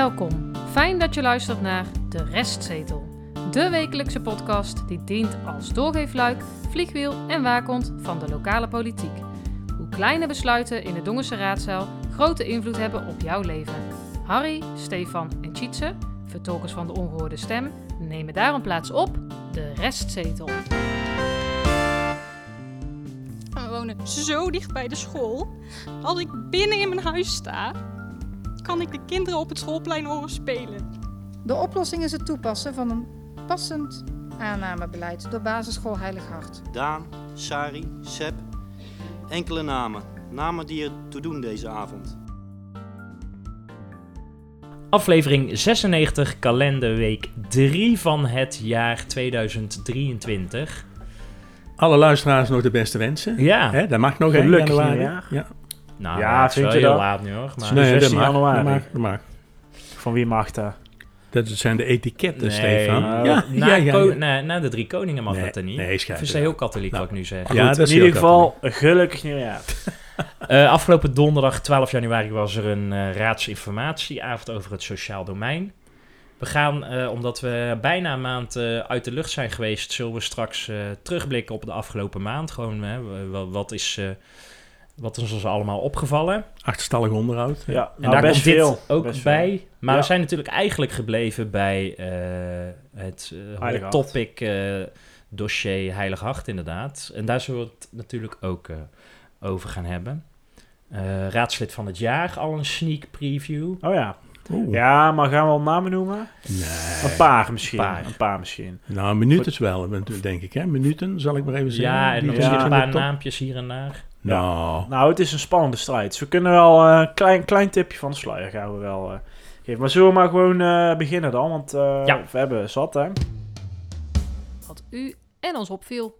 Welkom. Fijn dat je luistert naar De Restzetel. De wekelijkse podcast die dient als doorgeefluik, vliegwiel en waakhond van de lokale politiek. Hoe kleine besluiten in de Dongense raadzaal grote invloed hebben op jouw leven. Harry, Stefan en Tjitse, vertolkers van de ongehoorde stem, nemen daarom plaats op De Restzetel. We wonen zo dicht bij de school. Als ik binnen in mijn huis sta, kan ik de kinderen op het schoolplein horen spelen. De oplossing is het toepassen van een passend aannamebeleid door basisschool Heilig Hart. Daan, Sari, Seb, enkele namen. Namen die er toe doen deze avond. Aflevering 96, kalenderweek 3 van het jaar 2023. Alle luisteraars nog de beste wensen. Ja. Hè, dat mag nog in Gelukkig januari. nieuwjaar. Ja. Nou, Ja, het is vind wel je heel dat? laat nu hoor. Maar Nee, dat 16 mag. januari. Dat mag. Van wie mag dat? Dat zijn de etiketten, Nee, Stefan. na de Drie Koningen mag dat er niet. Nee, Ik schijt vind er het heel wel. katholiek Nou, wat ik nu zeg. Ja, Goed, dat is in ieder heel geval een gelukkig nieuwjaar. Afgelopen donderdag 12 januari was er een raadsinformatieavond over het sociaal domein. We gaan, omdat we bijna een maand uit de lucht zijn geweest, zullen we straks terugblikken op de afgelopen maand. Gewoon, wat is ons allemaal opgevallen? Achterstallig onderhoud. Ja, En daar best komt dit veel. ook Best bij. veel. Maar Ja. we zijn natuurlijk eigenlijk gebleven bij het Heilig hot Hart. topic dossier Heilig Hart inderdaad. En daar zullen we het natuurlijk ook over gaan hebben. Raadslid van het jaar, al een sneak preview. Oh ja. Oeh. Ja, maar gaan we al namen noemen? Nee. Een paar misschien. Paar. Een paar misschien. Nou, een minuut is wel, denk ik. Hè? Minuten, zal ik maar even zeggen. Ja, en Die nog vind ik een in de paar top. naampjes hier en daar. Nou, Nou, het is een spannende strijd. Dus we kunnen wel een klein tipje van de sluier gaan we wel geven. Maar zullen we maar gewoon beginnen dan? Want Ja. we hebben zat, hè? Wat u en ons opviel.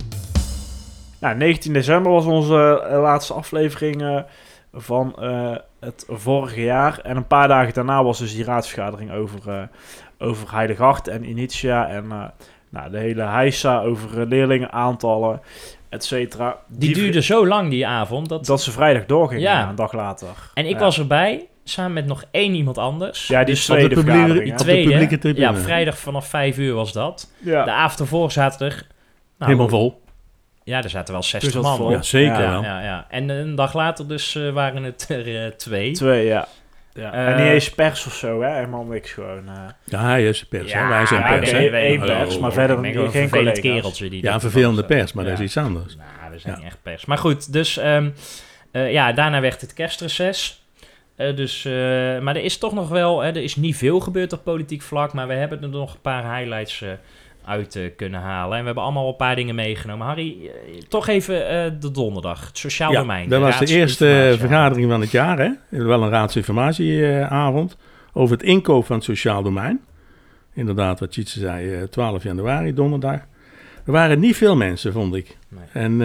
Nou, 19 december was onze laatste aflevering van het vorige jaar. En een paar dagen daarna was dus die raadsvergadering over Heilig Hart en Initia. En de hele heisa over leerlingenaantallen, et cetera. Die duurde zo lang die avond. Dat ze vrijdag doorging, Ja. een dag later. En ik Ja. was erbij, samen met nog één iemand anders. Ja, die Dus tweede op de publieke- vergadering. op hè? de tweede, publieke tribune. ja, vrijdag vanaf 5 uur was dat. Ja. De avond ervoor zaten er... nou, helemaal vol. Ja, er zaten wel 60 Dus dat man vol. op. Ja, zeker Ja. wel. Ja. En een dag later dus waren het er 2. 2, ja. En niet Eh, eens pers of zo, hè? Helemaal niks gewoon. Ja, hij is pers. hè. Wij zijn ja, pers. oké, hè. één Hallo. pers, maar verder Ik ben geen gewoon een vervelend collega's. kereltje die Ja, dat een vervelende toevallig pers, maar zegt. dat is iets anders. Nou, we zijn Ja. niet echt pers. Maar goed, dus daarna werd het kerstreces. Maar er is toch nog wel, er is niet veel gebeurd op politiek vlak, maar we hebben er nog een paar highlights uit kunnen halen. En we hebben allemaal een paar dingen meegenomen. Harry, toch even de donderdag, het sociaal domein. dat was de eerste vergadering van het jaar. Hè? Wel een raadsinformatieavond over het inkoop van het sociaal domein. Inderdaad, wat Tjitse zei, 12 januari, donderdag. Er waren niet veel mensen, vond ik. Nee. En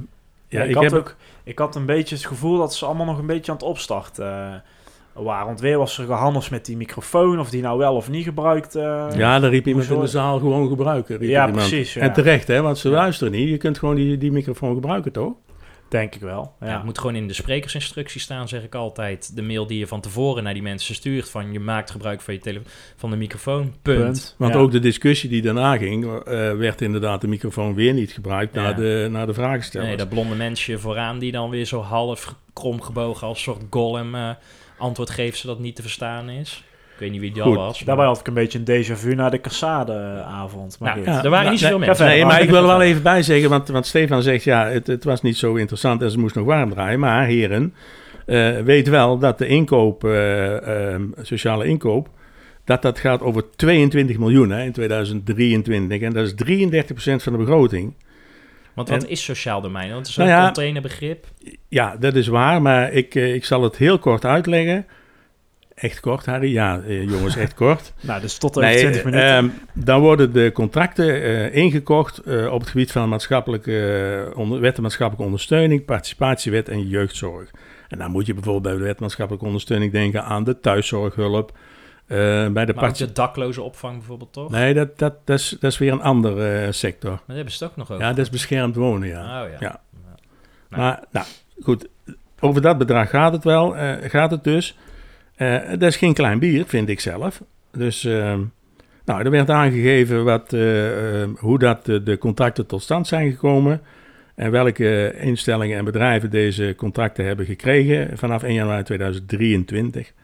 Ik had een beetje het gevoel dat ze allemaal nog een beetje aan het opstarten waren. Want weer was er gehandeld met die microfoon, of die nou wel of niet gebruikt. Ja, daar riep iemand in de Hoezo? zaal gewoon gebruiken. riep Ja, er iemand. precies, ja. En terecht, hè, want ze luisteren niet. Je kunt gewoon die microfoon gebruiken, toch? Denk ik wel. Ja. Ja, het moet gewoon in de sprekersinstructie staan, zeg ik altijd. De mail die je van tevoren naar die mensen stuurt van je maakt gebruik van van de microfoon, punt. Want Ja. ook de discussie die daarna ging, werd inderdaad de microfoon weer niet gebruikt Ja. naar de vragenstellers. Nee, dat blonde mensje vooraan die dan weer zo half krom gebogen als een soort golem antwoord geeft zodat het niet te verstaan is. Ik weet niet wie die al Goed. was. maar- Daarbij had ik een beetje een déjà vu naar de Cassadeavond. Maar Nou, goed. er waren niet zoveel nee, mensen. ga verder. Nee, maar ik wil er wel even bij zeggen, want Stefan zegt, ja, het was niet zo interessant en ze moest nog warm draaien. Maar heren, weet wel dat de inkoop, sociale inkoop, dat gaat over 22 miljoen hè, in 2023. En dat is 33% van de begroting. Want wat En- is sociaal domein? Want het is Nou een ja, containerbegrip. Ja, dat is waar, maar ik zal het heel kort uitleggen. Echt kort, Harry? Ja, jongens, echt kort. Nou, dus tot over 20 minuten. Dan worden de contracten ingekocht op het gebied van wet en maatschappelijke ondersteuning, participatiewet en jeugdzorg. En dan moet je bijvoorbeeld bij de wet maatschappelijke ondersteuning denken aan de thuiszorghulp. Bij de Maar ook de dakloze opvang bijvoorbeeld, toch? Nee, dat is weer een andere sector. Maar daar hebben ze het ook nog over. Ja, dat is beschermd wonen, ja. Oh ja. Ja. Nou. Maar, nou, goed. Over dat bedrag gaat het wel. Gaat het dus. Dat is geen klein bier, vind ik zelf. Dus er werd aangegeven hoe de contracten tot stand zijn gekomen en welke instellingen en bedrijven deze contracten hebben gekregen vanaf 1 januari 2023.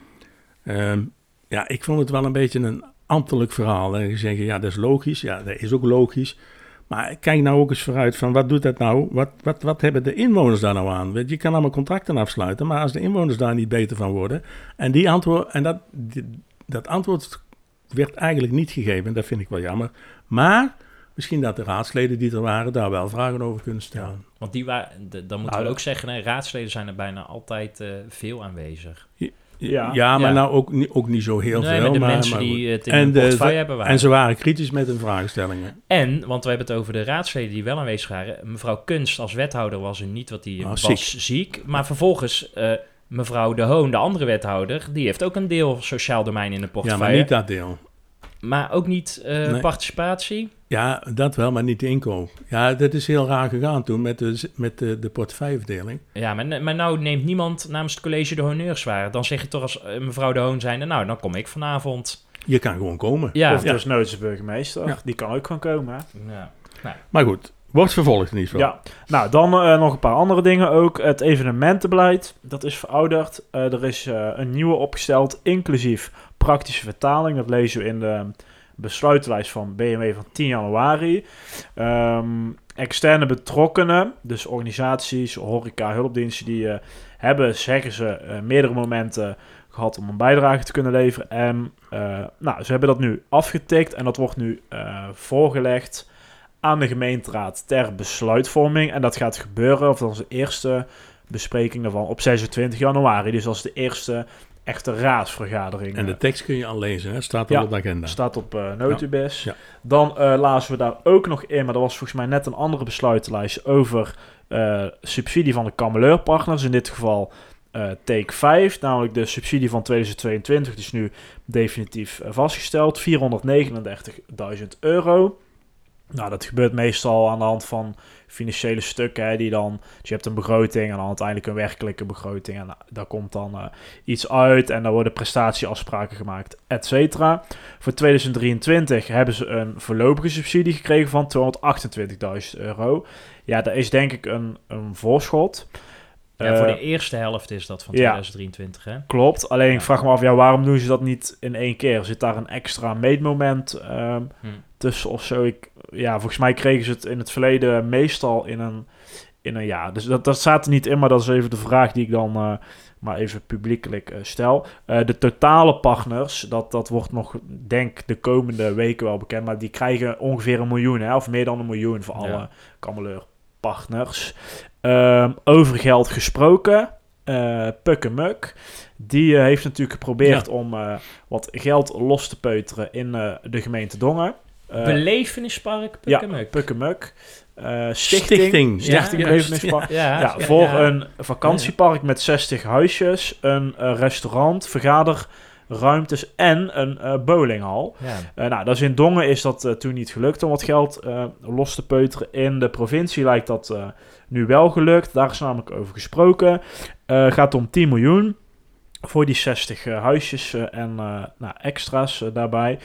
Ik vond het wel een beetje een ambtelijk verhaal. En je zegt, ja, dat is logisch. Ja, dat is ook logisch. Maar kijk nou ook eens vooruit van, wat doet dat nou? Wat hebben de inwoners daar nou aan? Je kan allemaal contracten afsluiten, maar als de inwoners daar niet beter van worden... En dat antwoord werd eigenlijk niet gegeven. Dat vind ik wel jammer. Maar misschien dat de raadsleden die er waren daar wel vragen over kunnen stellen. Ja, want dan moeten we ook zeggen, raadsleden zijn er bijna altijd veel aanwezig. Maar nou ook niet zo heel veel. Maar de mensen die het in hun portefeuille hebben waren. En ze waren kritisch met hun vraagstellingen. Want we hebben het over de raadsleden die wel aanwezig waren. Mevrouw Kunst als wethouder was er niet, want die was ziek. Maar vervolgens... mevrouw De Hoon, de andere wethouder, die heeft ook een deel sociaal domein in de portefeuille. Ja, maar niet dat deel. Maar ook niet participatie? Ja, dat wel, maar niet de inkoop. Ja, dat is heel raar gegaan toen met de portefeuilleverdeling. Ja, maar nou neemt niemand namens het college de honneurs waar. Dan zeg je toch als mevrouw De Hoon zijnde, nou, dan kom ik vanavond. Je kan gewoon komen. Ja. Of dus nooit de burgemeester, die kan ook gewoon komen. Hè? Ja. Nou. Maar goed. Wordt vervolgd in ieder geval. Ja, nou dan nog een paar andere dingen ook. Het evenementenbeleid, dat is verouderd. Er is een nieuwe opgesteld, inclusief praktische vertaling. Dat lezen we in de besluitenlijst van BMW van 10 januari. Externe betrokkenen, dus organisaties, horeca, hulpdiensten, die hebben, zeggen ze, meerdere momenten gehad om een bijdrage te kunnen leveren. En ze hebben dat nu afgetikt en dat wordt nu voorgelegd aan de gemeenteraad ter besluitvorming. En dat gaat gebeuren, of dat is de eerste bespreking daarvan, op 26 januari. Dus dat is de eerste echte raadsvergadering. En de tekst kun je al lezen, hè? Staat al op de agenda. Staat op Notibis. Ja. Dan lazen we daar ook nog in, maar dat was volgens mij net een andere besluitenlijst over subsidie van de Kameleurpartners. In dit geval take 5, namelijk de subsidie van 2022, die is nu definitief vastgesteld. €439.000. Nou, dat gebeurt meestal aan de hand van financiële stukken. Hè, dus je hebt een begroting en dan uiteindelijk een werkelijke begroting. En daar komt dan iets uit en daar worden prestatieafspraken gemaakt, et cetera. Voor 2023 hebben ze een voorlopige subsidie gekregen van €228.000. Ja, dat is denk ik een voorschot. Ja, voor de eerste helft is dat van 2023, hè? Klopt, alleen ik vraag me af, waarom doen ze dat niet in één keer? Zit daar een extra meetmoment tussen of zo? Volgens mij kregen ze het in het verleden meestal in een jaar. Dus dat staat er niet in, maar dat is even de vraag die ik dan maar even publiekelijk stel. De totale partners, dat wordt nog, denk de komende weken wel bekend, maar die krijgen ongeveer 1 miljoen, hè, of meer dan 1 miljoen voor alle Kameleurpartners. Over geld gesproken, Pukkemuk, die heeft natuurlijk geprobeerd om wat geld los te peuteren in de gemeente Dongen. Belevenispark Pukkemuk. Ja, Pukkemuk. Stichting Belevenispark. Voor een vakantiepark met 60 huisjes, een restaurant, vergaderruimtes en een bowlinghal. Ja. Dat is in Dongen is dat toen niet gelukt om wat geld los te peuteren. In de provincie lijkt dat nu wel gelukt. Daar is namelijk over gesproken. Gaat om 10 miljoen. Voor die 60 huisjes en extra's daarbij.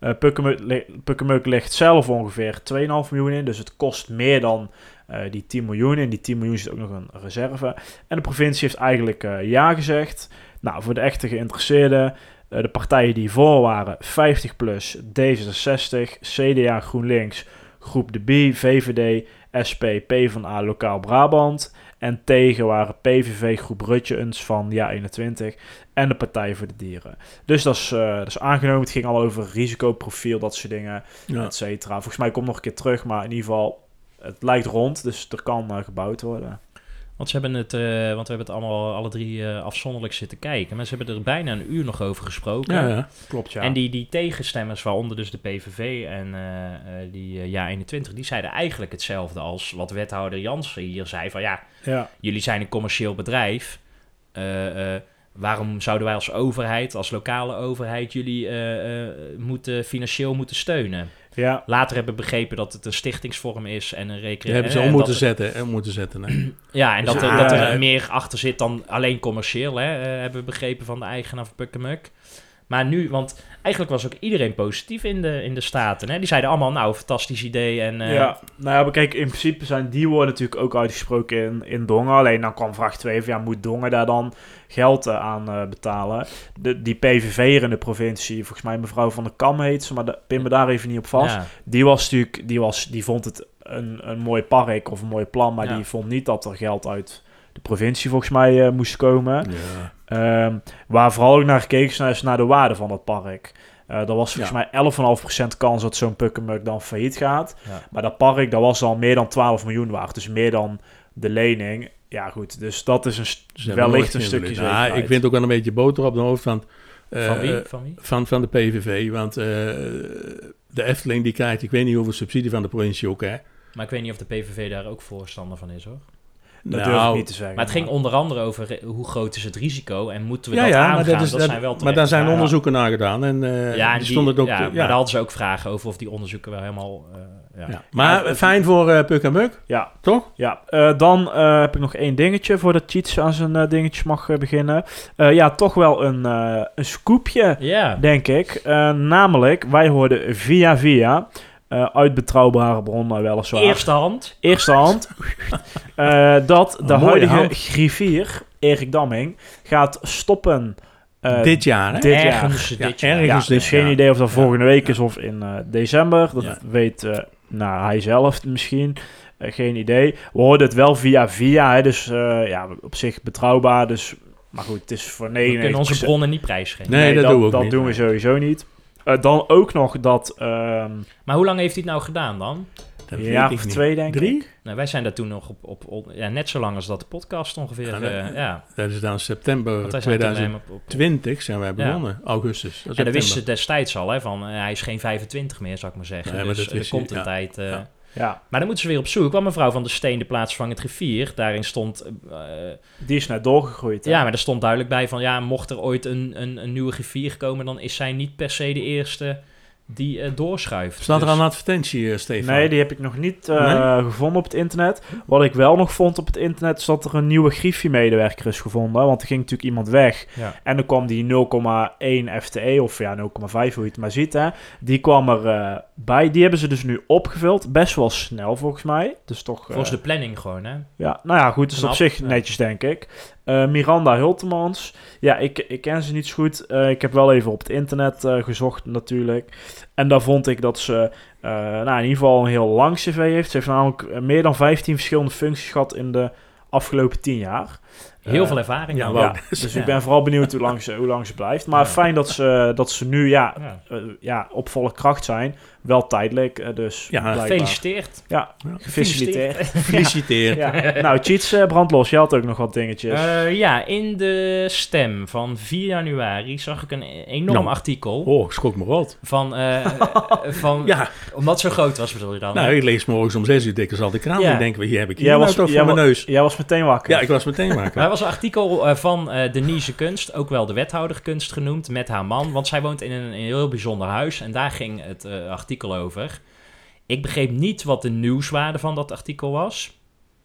Pukkemuk ligt zelf ongeveer 2,5 miljoen in. Dus het kost meer dan die 10 miljoen. In die 10 miljoen zit ook nog een reserve. En de provincie heeft eigenlijk ja gezegd. Nou, voor de echte geïnteresseerden. De partijen die voor waren, 50PLUS, D66, CDA, GroenLinks, Groep de B, VVD, SP, PvdA, Lokaal Brabant. En tegen waren PVV, Groep Rutjens van JA21 en de Partij voor de Dieren. Dus dat is aangenomen. Het ging al over risicoprofiel, dat soort dingen, et cetera. Volgens mij komt nog een keer terug, maar in ieder geval, het lijkt rond. Dus er kan gebouwd worden. Want we hebben het allemaal alle drie afzonderlijk zitten kijken. Maar ze hebben er bijna een uur nog over gesproken. Ja, klopt, ja. En die tegenstemmers, waaronder dus de PVV en die JA21, die zeiden eigenlijk hetzelfde als wat wethouder Jansen hier zei. Van jullie zijn een commercieel bedrijf. Waarom zouden wij als overheid, als lokale overheid, jullie financieel moeten steunen? Ja. later hebben begrepen dat het een stichtingsvorm is en een rekening. Daar hebben ze om moeten zetten. Hè. Ja, en dat, Ja, dat er meer achter zit dan alleen commercieel, hebben we begrepen van de eigenaar van Pukemuk. Maar nu, want eigenlijk was ook iedereen positief in de Staten. Hè? Die zeiden allemaal, nou, fantastisch idee. En, Ja, nou ja, maar kijk, in principe zijn die woorden natuurlijk ook uitgesproken in Dongen. Alleen dan kwam vraag 2 van, ja, moet Dongen daar dan geld aan betalen? Die PVV'er in de provincie, volgens mij mevrouw Van der Kam heet ze, maar pin me daar even niet op vast. Ja. Die vond het een mooi park of een mooi plan, maar Ja. die vond niet dat er geld uit de provincie volgens mij moest komen. Ja. Waar vooral ook naar gekeken is naar de waarde van dat park. Er was volgens mij 11,5% kans dat zo'n Pukemuk dan failliet gaat. Ja. Maar dat park, dat was al meer dan 12 miljoen waard. Dus meer dan de lening. Ja goed, dus dat is Ze hebben wellicht nooit een stukje geen zekerheid. ik vind ook wel een beetje boter op de hoofd van... Van wie? Van wie? Van de PVV, want de Efteling die krijgt, ik weet niet hoeveel subsidie van de provincie ook, hè. Maar ik weet niet of de PVV daar ook voorstander van is, hoor. Dat durf ik niet te zeggen. Maar het ging onder andere over hoe groot is het risico en moeten we Ja, dat ja, aangaan. maar Dat zijn wel maar daar zijn terechte onderzoeken naar gedaan en en die stonden ook... maar daar hadden ze ook vragen over of die onderzoeken wel helemaal... Ja. Maar fijn voor Pukemuk, Ja, toch? ja. Dan heb ik nog één dingetje voordat Cheats aan zijn dingetjes mag beginnen. Ja, toch wel een scoopje, Ja. denk ik. Namelijk, wij hoorden via uit betrouwbare bronnen weliswaar. Eerste hand. Dat de mooie huidige hand. griffier, Erik Damming, gaat stoppen. Dit jaar, hè? Dit jaar. Ergens Ja, dit jaar. ergens Dus dit geen jaar. idee of dat Ja. volgende week is of in december. Dat Ja. weet hij zelf misschien. Geen idee. We hoorden het wel via. Hè, dus op zich betrouwbaar. Dus, maar goed, het is voor 99%. We kunnen onze bronnen niet prijsgeven. Nee, dat doen we ook dat niet. doen we sowieso niet. Dan ook nog dat... Maar hoe lang heeft hij het nou gedaan dan? Dat een weet jaar ik of niet. 2, denk 3? ik. Nou, wij zijn daar toen nog op net zo lang als dat de podcast ongeveer. Dat is dan september Want wij zijn toen 2020 zijn wij begonnen, augustus. Dat is en dat wisten september. ze destijds al, hè, van hij is geen 25 meer, zou ik maar zeggen. Nee, maar dus dat er wist komt hij, een ja. tijd... Ja. Ja, Maar dan moeten ze weer op zoek. Want mevrouw van der Steen, de plaatsvervangend griffier, daarin stond... die is net doorgegroeid. Hè? ja, maar er stond duidelijk bij van... Ja, mocht er ooit een nieuwe griffier komen, dan is zij niet per se de eerste die doorschuift. Staat er Dus- al een advertentie, Stefan? Nee, die heb ik nog niet Nee? gevonden op het internet. Wat ik wel nog vond op het internet is dat er een nieuwe Griffie-medewerker is gevonden. Want er ging natuurlijk iemand weg. Ja. En dan kwam die 0,1 FTE, of ja 0,5, hoe je het maar ziet. Hè. Die kwam er bij. Die hebben ze dus nu opgevuld. Best wel snel volgens mij. Dus toch... Volgens de planning gewoon, hè? Ja, nou ja, goed. Dus op Knap, zich ja. netjes, denk ik. Miranda Hultemans. Ja, ik ken ze niet zo goed. Ik heb wel even op het internet gezocht natuurlijk. En daar vond ik dat ze in ieder geval een heel lang cv heeft. Ze heeft namelijk meer dan 15 verschillende functies gehad in de afgelopen 10 jaar. Heel veel ervaring. ja, dan. wou- Ja, dus Ja. ik ben vooral benieuwd hoe lang ze blijft. Maar Ja. fijn dat ze nu Ja. op volle kracht zijn. Wel tijdelijk, dus Ja, blijkbaar. Gefeliciteerd. Ja, gefeliciteerd. Feliciteer. Ja. Nou, Cheats, brandlos. Je had ook nog wat dingetjes. Ja, in de stem van 4 januari zag ik een enorm Nou. artikel Oh, ik schrok me rot. van Ja, omdat het zo groot was, bedoel je dan? nou, hè? ik lees morgens om 6 uur dikwijls al de krant Ja. en denk, hier heb ik hier Jij nou was- toch jij voor mijn wa- neus. Jij was meteen wakker. Ja, ik was meteen Maar wakker. er was een artikel van Denise Kunst, ook wel de wethouder Kunst genoemd, met haar man. Want zij woont in een heel bijzonder huis en daar ging het artikel over. Ik begreep niet wat de nieuwswaarde van dat artikel was.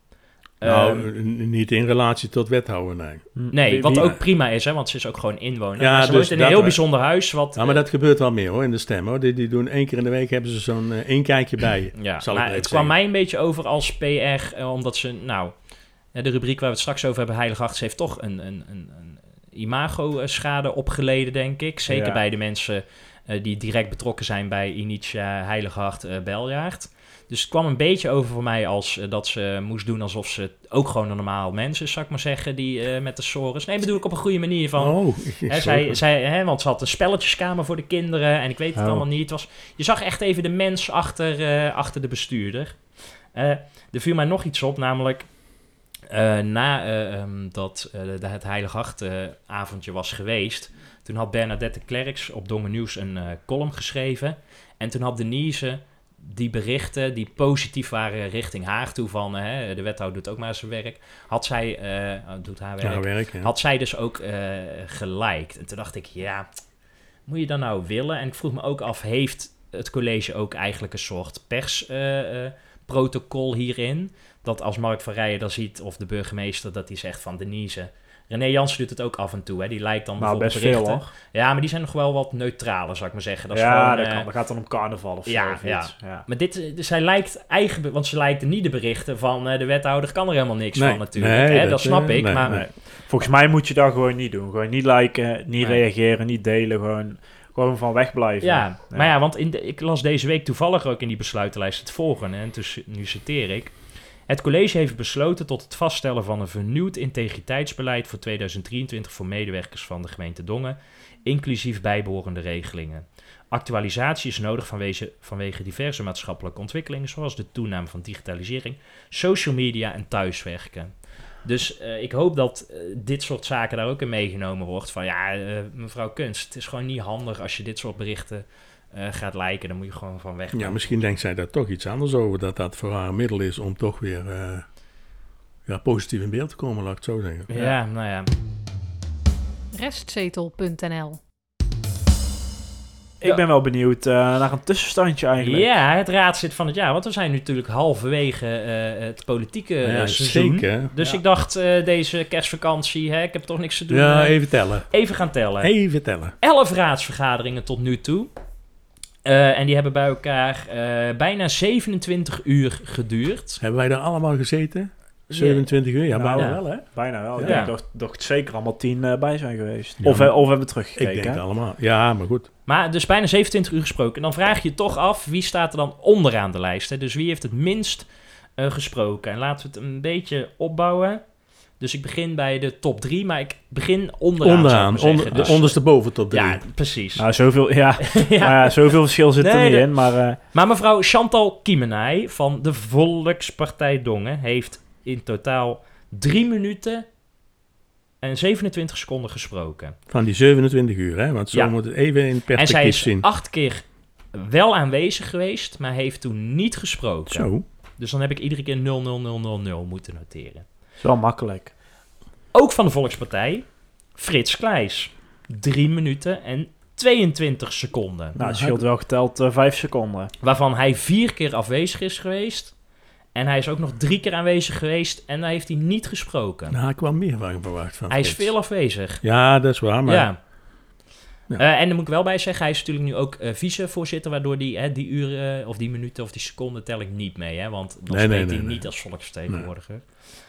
Niet in relatie tot wethouder, nee. Nee, wat Wie- ook prima is, hè, want ze is ook gewoon inwoner. Ja, Maar ze dus woont in een dat heel wel. bijzonder huis. Wat, Ja, maar dat gebeurt wel meer hoor, in de stem hoor. Die doen 1 keer in de week hebben ze zo'n één kijkje bij je. ja, zal ik maar maar het even kwam zeggen. mij een beetje over als PR, omdat ze, de rubriek waar we het straks over hebben, Heilige Acht, ze heeft toch een imago-schade opgeleden, denk ik. Zeker Ja. bij de mensen die direct betrokken zijn bij Initia, Heilige Acht, Beljaard. Dus het kwam een beetje over voor mij als dat ze moest doen alsof ze ook gewoon een normaal mens is, zou ik maar zeggen, die met de sores. Nee, bedoel ik op een goede manier van... Oh, Want ze had een spelletjeskamer voor de kinderen en ik weet het Oh. allemaal niet. Je zag echt even de mens achter de bestuurder. Er viel mij nog iets op, namelijk dat het Heilige Acht avondje was geweest. Toen had Bernadette Klerks op Dongen Nieuws een column geschreven. En toen had Denise die berichten die positief waren richting haar toe van... de wethouder doet ook maar zijn werk. Had zij, doet haar werk, ja, werk, ja. had zij dus ook geliked. En toen dacht ik, ja, moet je dat nou willen? En ik vroeg me ook af, heeft het college ook eigenlijk een soort persprotocol hierin. Dat als Mark van Rijen dat ziet, of de burgemeester, dat hij zegt van Denise... René Jansen doet het ook af en toe, hè. Die lijkt dan Nou, bijvoorbeeld best veel, berichten. hoor. Ja, maar die zijn nog wel wat neutraler, zou ik maar zeggen. Dat is Ja, gewoon, dat gaat dan om carnaval of ja, zo. Of ja. iets. Ja. Maar zij lijkt want ze lijkt niet de berichten van de wethouder kan er helemaal niks van natuurlijk. Nee, Hè? Dat snap ik, nee, maar... Nee. Volgens mij moet je dat gewoon niet doen. Gewoon niet liken, niet Nee. reageren, niet delen. Gewoon van wegblijven. Ja, maar ja, want ik las deze week toevallig ook in die besluitenlijst het volgende. En dus, nu citeer ik. Het college heeft besloten tot het vaststellen van een vernieuwd integriteitsbeleid voor 2023 voor medewerkers van de gemeente Dongen, inclusief bijbehorende regelingen. Actualisatie is nodig vanwege diverse maatschappelijke ontwikkelingen, zoals de toename van digitalisering, social media en thuiswerken. Dus ik hoop dat dit soort zaken daar ook in meegenomen wordt. Van mevrouw Kunst, het is gewoon niet handig als je dit soort berichten gaat liken. Dan moet je gewoon van weg. Ja, misschien denkt zij daar toch iets anders over. Dat voor haar een middel is om toch weer positief in beeld te komen, laat ik het zo zeggen. Ja, nou ja. Restzetel.nl. Ik ben wel benieuwd naar een tussenstandje eigenlijk. Ja, het raadslid van het jaar. Want we zijn nu natuurlijk halverwege het politieke seizoen. Zeker. Dus Ja. ik dacht, deze kerstvakantie, ik heb toch niks te doen. Ja, even tellen. Even gaan tellen. Even tellen. 11 raadsvergaderingen tot nu toe. En die hebben bij elkaar bijna 27 uur geduurd. Hebben wij daar allemaal gezeten? 27 uur? Ja, Nou, bijna ja. wel, hè? Bijna wel. Ja. Ik dacht zeker allemaal 10 bij zijn geweest. Ja, Of hebben teruggekeken. Ik denk hè? allemaal. Ja, maar goed. Maar dus bijna 27 uur gesproken. En dan vraag je je toch af, wie staat er dan onderaan de lijst? Hè? Dus wie heeft het minst gesproken? En laten we het een beetje opbouwen. Dus ik begin bij de top 3, maar ik begin onderaan. zou ik maar zeggen. De Dus, ondersteboven top 3. ja, precies. Nou, zoveel, ja. Ja. Zoveel verschil zit er Nee, niet in. Maar Maar mevrouw Chantal Kiemenij van de Volkspartij Dongen heeft in totaal 3 minuten en 27 seconden gesproken. Van die 27 uur, hè? Want zo Ja. moet het even in En perspectief zij is zien. 8 keer wel aanwezig geweest, maar heeft toen niet gesproken. Zo. Dus dan heb ik iedere keer 00000 moeten noteren. is wel makkelijk. Ook van de Volkspartij, Frits Kleijs. 3 minuten en 22 seconden. Nou, het scheelt wel geteld 5 seconden. Waarvan hij 4 keer afwezig is geweest. En hij is ook nog 3 keer aanwezig geweest en daar heeft hij niet gesproken. Nou, ik kwam meer van verwacht van Hij is Frits. veel afwezig. Ja, dat is waar, maar... Ja. Ja. En daar moet ik wel bij zeggen, hij is natuurlijk nu ook vicevoorzitter, waardoor die uren of die minuten of die seconden tel ik niet mee, hè, want dan spreekt hij niet als volksvertegenwoordiger.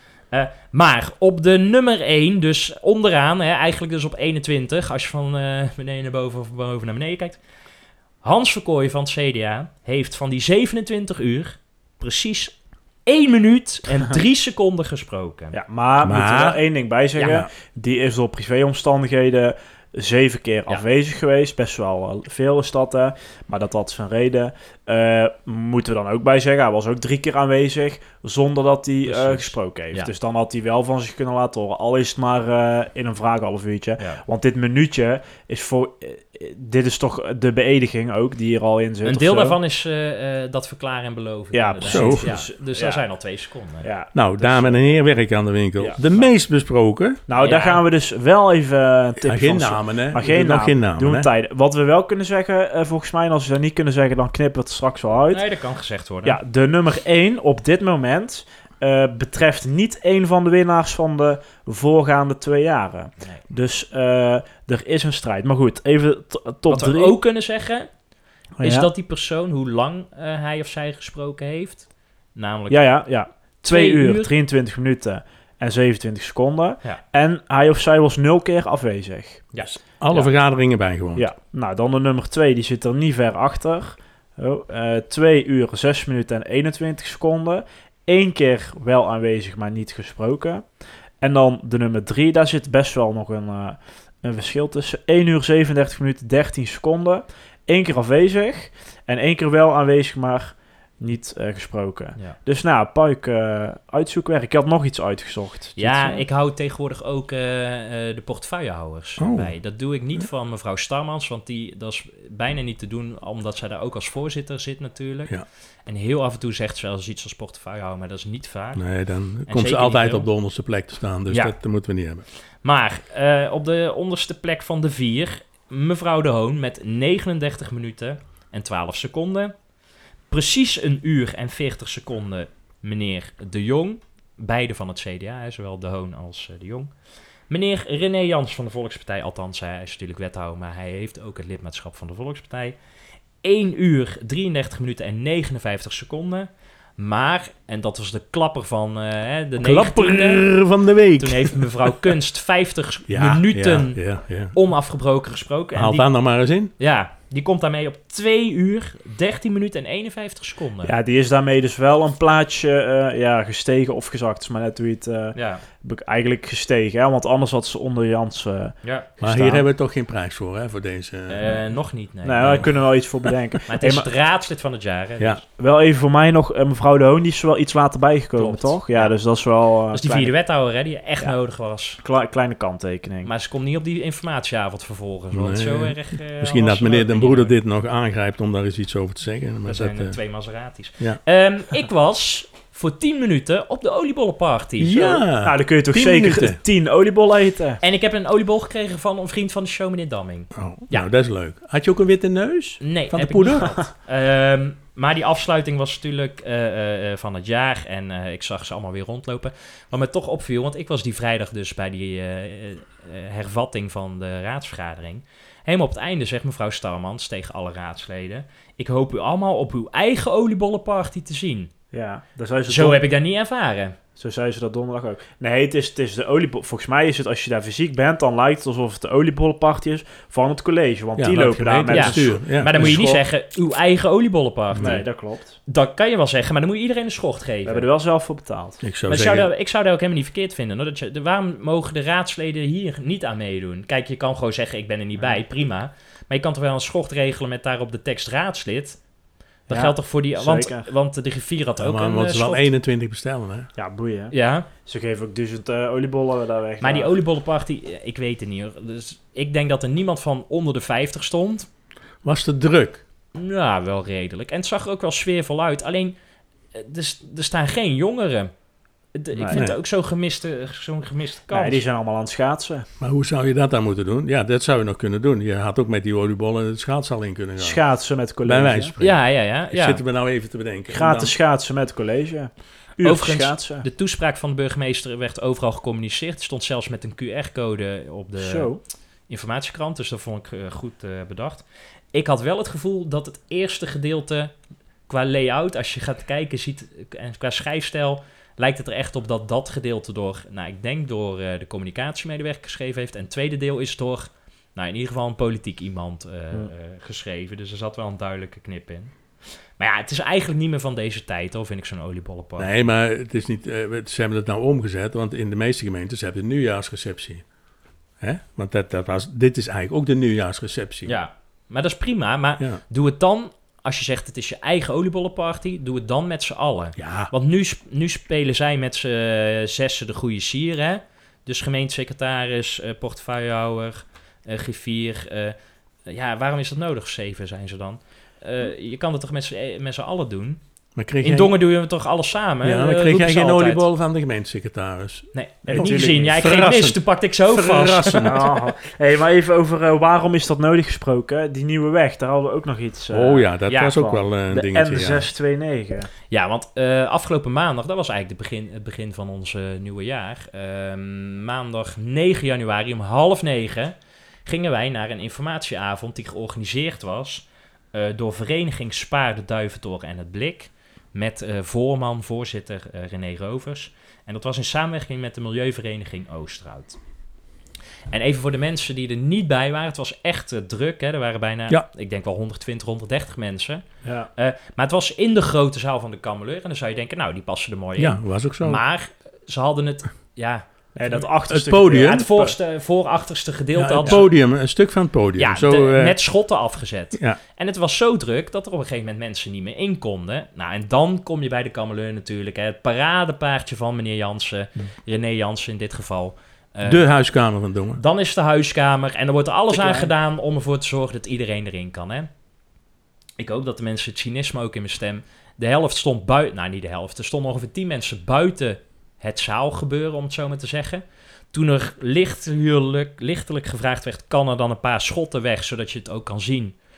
Maar op de nummer 1, dus onderaan, eigenlijk dus op 21, als je van beneden naar boven of boven naar beneden kijkt. Hans Verkooij van het CDA heeft van die 27 uur precies 1 minuut en 3 seconden gesproken. Ja, maar moet er wel één ding bij zeggen. Ja. Die is door privéomstandigheden 7 keer afwezig geweest. Best wel veel is dat, hè. Maar dat had zijn reden. Moeten we dan ook bij zeggen. Hij was ook 3 keer aanwezig zonder dat hij gesproken heeft. Ja. Dus dan had hij wel van zich kunnen laten horen. Al is het maar in een vraaghalf uurtje. Ja. Want dit minuutje is voor... dit is toch de beëdiging ook die hier al in zit. Een of deel zo? daarvan is dat verklaren en beloven. Ja, inderdaad. precies. Ja, dus daar zijn al 2 seconden. Ja. Nou, dames en heren, werk aan de winkel. Ja. De meest besproken... Nou, daar gaan we dus wel even een tipje geen van namen, hè? Maar geen naam. Geen namen, Doen we hè? tijden. Wat we wel kunnen zeggen, volgens mij, en als we dat niet kunnen zeggen, dan knippen we het straks wel uit. Nee, dat kan gezegd worden. Ja, de nummer 1 op dit moment betreft niet een van de winnaars van de voorgaande 2 jaren. Nee. Dus er is een strijd. Maar goed, even top Wat 3. we ook kunnen zeggen, is Ja. dat die persoon, hoe lang hij of zij gesproken heeft, namelijk Ja. 2 uur. uur, 23 minuten en 27 seconden. Ja. En hij of zij was 0 keer afwezig. Alle Ja. vergaderingen bijgewoond. Ja, nou dan de nummer 2, die zit er niet ver achter. 2 uur, 6 minuten en 21 seconden. 1 keer wel aanwezig, maar niet gesproken. En dan de nummer 3, daar zit best wel nog een verschil tussen. 1 uur, 37 minuten, 13 seconden. 1 keer afwezig en 1 keer wel aanwezig, maar niet gesproken. Ja. Dus nou, Puik, uitzoekwerk. Ik had nog iets uitgezocht. Ja, Iets, ik hou tegenwoordig ook de portefeuillehouders Oh. bij. Dat doe ik niet van mevrouw Starmans, want dat is bijna niet te doen, omdat zij daar ook als voorzitter zit natuurlijk. Ja. En heel af en toe zegt ze wel eens iets als portefeuillehouder, maar dat is niet vaak. Nee, dan komt zeker ze altijd niet op de onderste plek te staan. Dus Ja. dat moeten we niet hebben. Maar op de onderste plek van de 4, mevrouw De Hoon met 39 minuten, en 12 seconden. Precies 1 uur en 40 seconden meneer De Jong. Beide van het CDA, zowel De Hoon als De Jong. Meneer René Jans van de Volkspartij, althans hij is natuurlijk wethouder, maar hij heeft ook het lidmaatschap van de Volkspartij. 1 uur, 33 minuten en 59 seconden. Maar, en dat was de klapper van de 19e. Klapper van de week. Toen heeft mevrouw Kunst 50 minuten Ja. onafgebroken gesproken. En Haal daar nog maar eens in. ja, die komt daarmee op 2 uur, 13 minuten en 51 seconden. Ja, die is daarmee dus wel een plaatsje gestegen of gezakt. Is maar net hoe je het... eigenlijk gestegen, hè? Want anders had ze onder Jans Ja. Maar gestaan. hier hebben we toch geen prijs voor, hè? Voor deze... Nog niet, nee. Nou, daar kunnen we wel iets voor bedenken. Maar het is het raadslid van het jaar, hè? Ja. Dus Wel even voor mij nog, mevrouw De Hoon, die is er wel iets later bijgekomen, Klopt. toch? Ja, dus dat is wel... dat is die vierde wethouder, hè, die echt nodig was. kleine kanttekening. Maar ze komt niet op die informatieavond vervolgens. Want Nee. zo erg... Misschien was dat ze meneer ook Den niet Broeder meer. dit nog aangrijpt om daar eens iets over te zeggen. Maar Dat zijn dat, 2 Maseratis. ja. Ik was voor 10 minuten op de oliebollenparty. Ja. Nou, dan kun je toch 10 zeker minuten. 10 oliebollen eten. En ik heb een oliebol gekregen van een vriend van de show, meneer Damming. Oh, Ja. Nou, dat is leuk. Had je ook een witte neus? Nee, Van de heb ik niet poeder? gehad. Maar die afsluiting was natuurlijk van het jaar. En ik zag ze allemaal weer rondlopen. Wat me toch opviel, want ik was die vrijdag dus bij die hervatting van de raadsvergadering. Helemaal op het einde zegt mevrouw Starmans tegen alle raadsleden: ik hoop u allemaal op uw eigen oliebollenparty te zien. Ja, daar zou ze Zo heb ik dat niet ervaren. Zo zei ze dat donderdag ook. Nee, het is de oliebol. Volgens mij is het, als je daar fysiek bent, dan lijkt het alsof het de oliebollenparty is van het college. Want Ja, die van het lopen daar met gemeentebestuur. een Ja. Maar dan moet je niet school. zeggen uw eigen oliebollenparty. Nee, dat klopt. Dat kan je wel zeggen, maar dan moet je iedereen een schort We geven. hebben er wel zelf voor betaald. Ik zou Maar zeggen... ik zou dat ook helemaal niet verkeerd vinden. Hoor. Waarom mogen de raadsleden hier niet aan meedoen? Kijk, je kan gewoon zeggen, ik ben er niet bij, prima. Maar je kan toch wel een schort regelen met daarop de tekst raadslid? Dat Ja, geldt toch voor die... zeker. Want de griffier had Ja, ook maar een moeten ze wel schort. 21 bestellen, hè? Ja, boeien. Ja, Ze geven ook 1000 oliebollen daar weg. maar die Ja. oliebollenparty, ik weet het niet hoor. Dus ik denk dat er niemand van onder de 50 stond. Was te druk? Nou, wel redelijk. En het zag er ook wel sfeervol uit. Alleen, er staan geen jongeren. Ik Nee. vind het ook zo'n gemiste kans. Nee, die zijn allemaal aan het schaatsen. Maar hoe zou je dat dan moeten doen? Ja, dat zou je nog kunnen doen. Je had ook met die oliebollen het schaatshal in kunnen gaan. Schaatsen met college. Bij wijze van spreken. Ja. Zitten we nou even te bedenken. Gratis schaatsen met college. Uur Overigens, schaatsen. de toespraak van de burgemeester werd overal gecommuniceerd. Er stond zelfs met een QR-code op de Zo. informatiekrant. Dus dat vond ik goed bedacht. Ik had wel het gevoel dat het eerste gedeelte qua layout, als je gaat kijken ziet, en qua schrijfstijl, lijkt het er echt op dat dat gedeelte door de communicatiemedewerker geschreven heeft. En het tweede deel is door, in ieder geval een politiek iemand geschreven. Dus er zat wel een duidelijke knip in. Maar ja, het is eigenlijk niet meer van deze tijd, hoor, vind ik zo'n oliebollenparty. Nee, maar het is niet, ze hebben het nou omgezet, want in de meeste gemeentes hebben een nieuwjaarsreceptie. Hè? Want dit is eigenlijk ook de nieuwjaarsreceptie. Ja, maar dat is prima. Maar Ja. doe het dan, als je zegt het is je eigen oliebollenparty, doe het dan met z'n allen. Ja. Want nu spelen zij met z'n zessen de goede sier, hè? Dus gemeentesecretaris, portefeuillehouder, griffier. Waarom is dat nodig? 7 zijn ze dan. Je kan het toch met z'n allen doen? Maar kreeg In jij, Dongen doen we het toch alles samen? ja, maar kreeg roepen jij ze geen altijd. oliebol van de gemeentesecretaris? Nee, heb ik natuurlijk niet gezien. Ja, ik kreeg Verrassend. mis, toen pakte ik zo vast. Verrassend. Hey, maar even over waarom is dat nodig gesproken? Die nieuwe weg, daar hadden we ook nog iets. Oh ja, dat ja, was ook van wel een de dingetje. Ja. N629. Ja, want afgelopen maandag, dat was eigenlijk het begin van ons nieuwe jaar. Maandag 9 januari om 8:30 gingen wij naar een informatieavond die georganiseerd was door vereniging Spaar de Duiventoren en het Blik. Met voorzitter René Rovers. En dat was in samenwerking met de milieuvereniging Oosterhout. En even voor de mensen die er niet bij waren, het was echt druk. Hè? Er waren bijna, ik denk wel 120, 130 mensen. Ja. Maar het was in de grote zaal van de Kameleur. En dan zou je denken, nou, die passen er mooi in. Ja, was ook zo. Maar ze hadden het, Dat achterste Het podium. het voorachterste gedeelte Ja, het hadden ze podium, een stuk van het podium. ja, Zo, met schotten afgezet. ja. En het was zo druk dat er op een gegeven moment mensen niet meer in konden. Nou, en dan kom je bij de Kameleur natuurlijk. Hè, het paradepaardje van meneer Jansen, René Jansen in dit geval. De huiskamer van Dongen. Dan is het de huiskamer en er wordt er alles Te aan klein. gedaan om ervoor te zorgen dat iedereen erin kan. Hè? Ik hoop dat de mensen het cynisme ook in mijn stem. De helft stond buiten, nou niet de helft, er stonden ongeveer 10 mensen buiten het zaalgebeuren, om het zo maar te zeggen. Toen er lichtelijk gevraagd werd, kan er dan een paar schotten weg, zodat je het ook kan zien.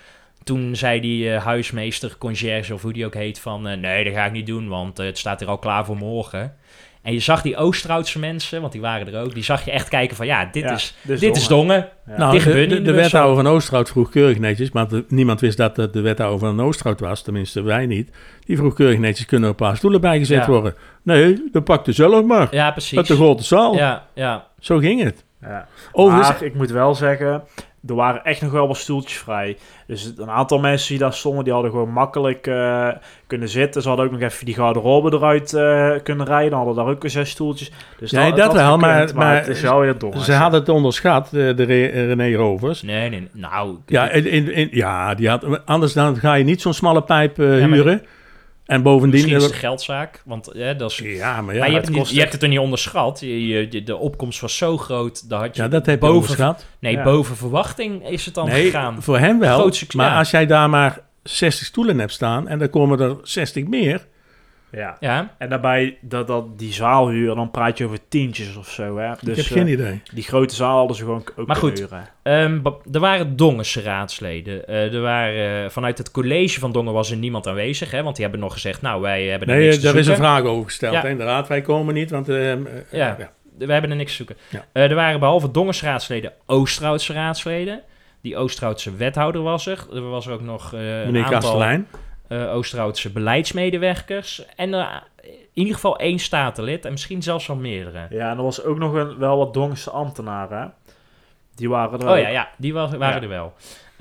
Toen zei die huismeester, conciërge of hoe die ook heet van... nee, dat ga ik niet doen, want het staat hier al klaar voor morgen. En je zag die Oosterhoutse mensen, want die waren er ook... die zag je echt kijken van dit is Dongen. Ja. Nou, Dit gebeurt niet in de de wethouder van Oosterhout vroeg keurig netjes... maar niemand wist dat het de wethouder van Oosterhout was. Tenminste, wij niet. Die vroeg keurig netjes, kunnen er een paar stoelen bijgezet worden? Nee, dat pakte zelf maar. Ja, precies. Uit de grote zaal. Ja. Zo ging het. Ja. Overigens, Maar ik moet wel zeggen, er waren echt nog wel wat stoeltjes vrij. Dus een aantal mensen die daar stonden, die hadden gewoon makkelijk kunnen zitten. Ze hadden ook nog even die garderobe eruit kunnen rijden. Hadden daar ook weer 6 stoeltjes. Dus nee, dat wel, gekund, maar het is wel weer dom. ze hadden het onderschat, de René Rovers. Nee. Nou... Ja, die had, anders dan ga je niet zo'n smalle pijp maar huren. En bovendien... Misschien is het een geldzaak, want dat is... Ja, maar maar ja, je hebt het er niet onderschat. De opkomst was zo groot, dat had je... ja, dat heb je onderschat. Nee, Ja. boven verwachting is het dan gegaan. Voor hem wel. Groot succes, Maar ja. als jij daar maar 60 stoelen hebt staan en dan komen er 60 meer... Ja. Ja, En daarbij die zaalhuur, dan praat je over tientjes of zo. Hè? Dus, ik heb geen idee. Die grote zaal hadden ze gewoon ook Maar goed, huren. er waren Dongense raadsleden. Er waren, vanuit het college van Dongen was er niemand aanwezig, hè, want die hebben nog gezegd, nou, wij hebben er Nee, niks te daar is zoeken. een vraag over gesteld. Ja. Hè? Inderdaad, wij komen niet, want... Ja. We hebben er niks te zoeken. Ja. Er waren behalve Dongense raadsleden Oosterhoutse raadsleden. Die Oosterhoutse wethouder was er. Er was er ook nog een Meneer aantal Kastelein. Oosterhoutse beleidsmedewerkers. En in ieder geval 1 statenlid en misschien zelfs wel meerdere. Ja, en er was ook nog wel wat Dongense ambtenaren. Hè? Die waren er Oh ook. ja, die waren er wel.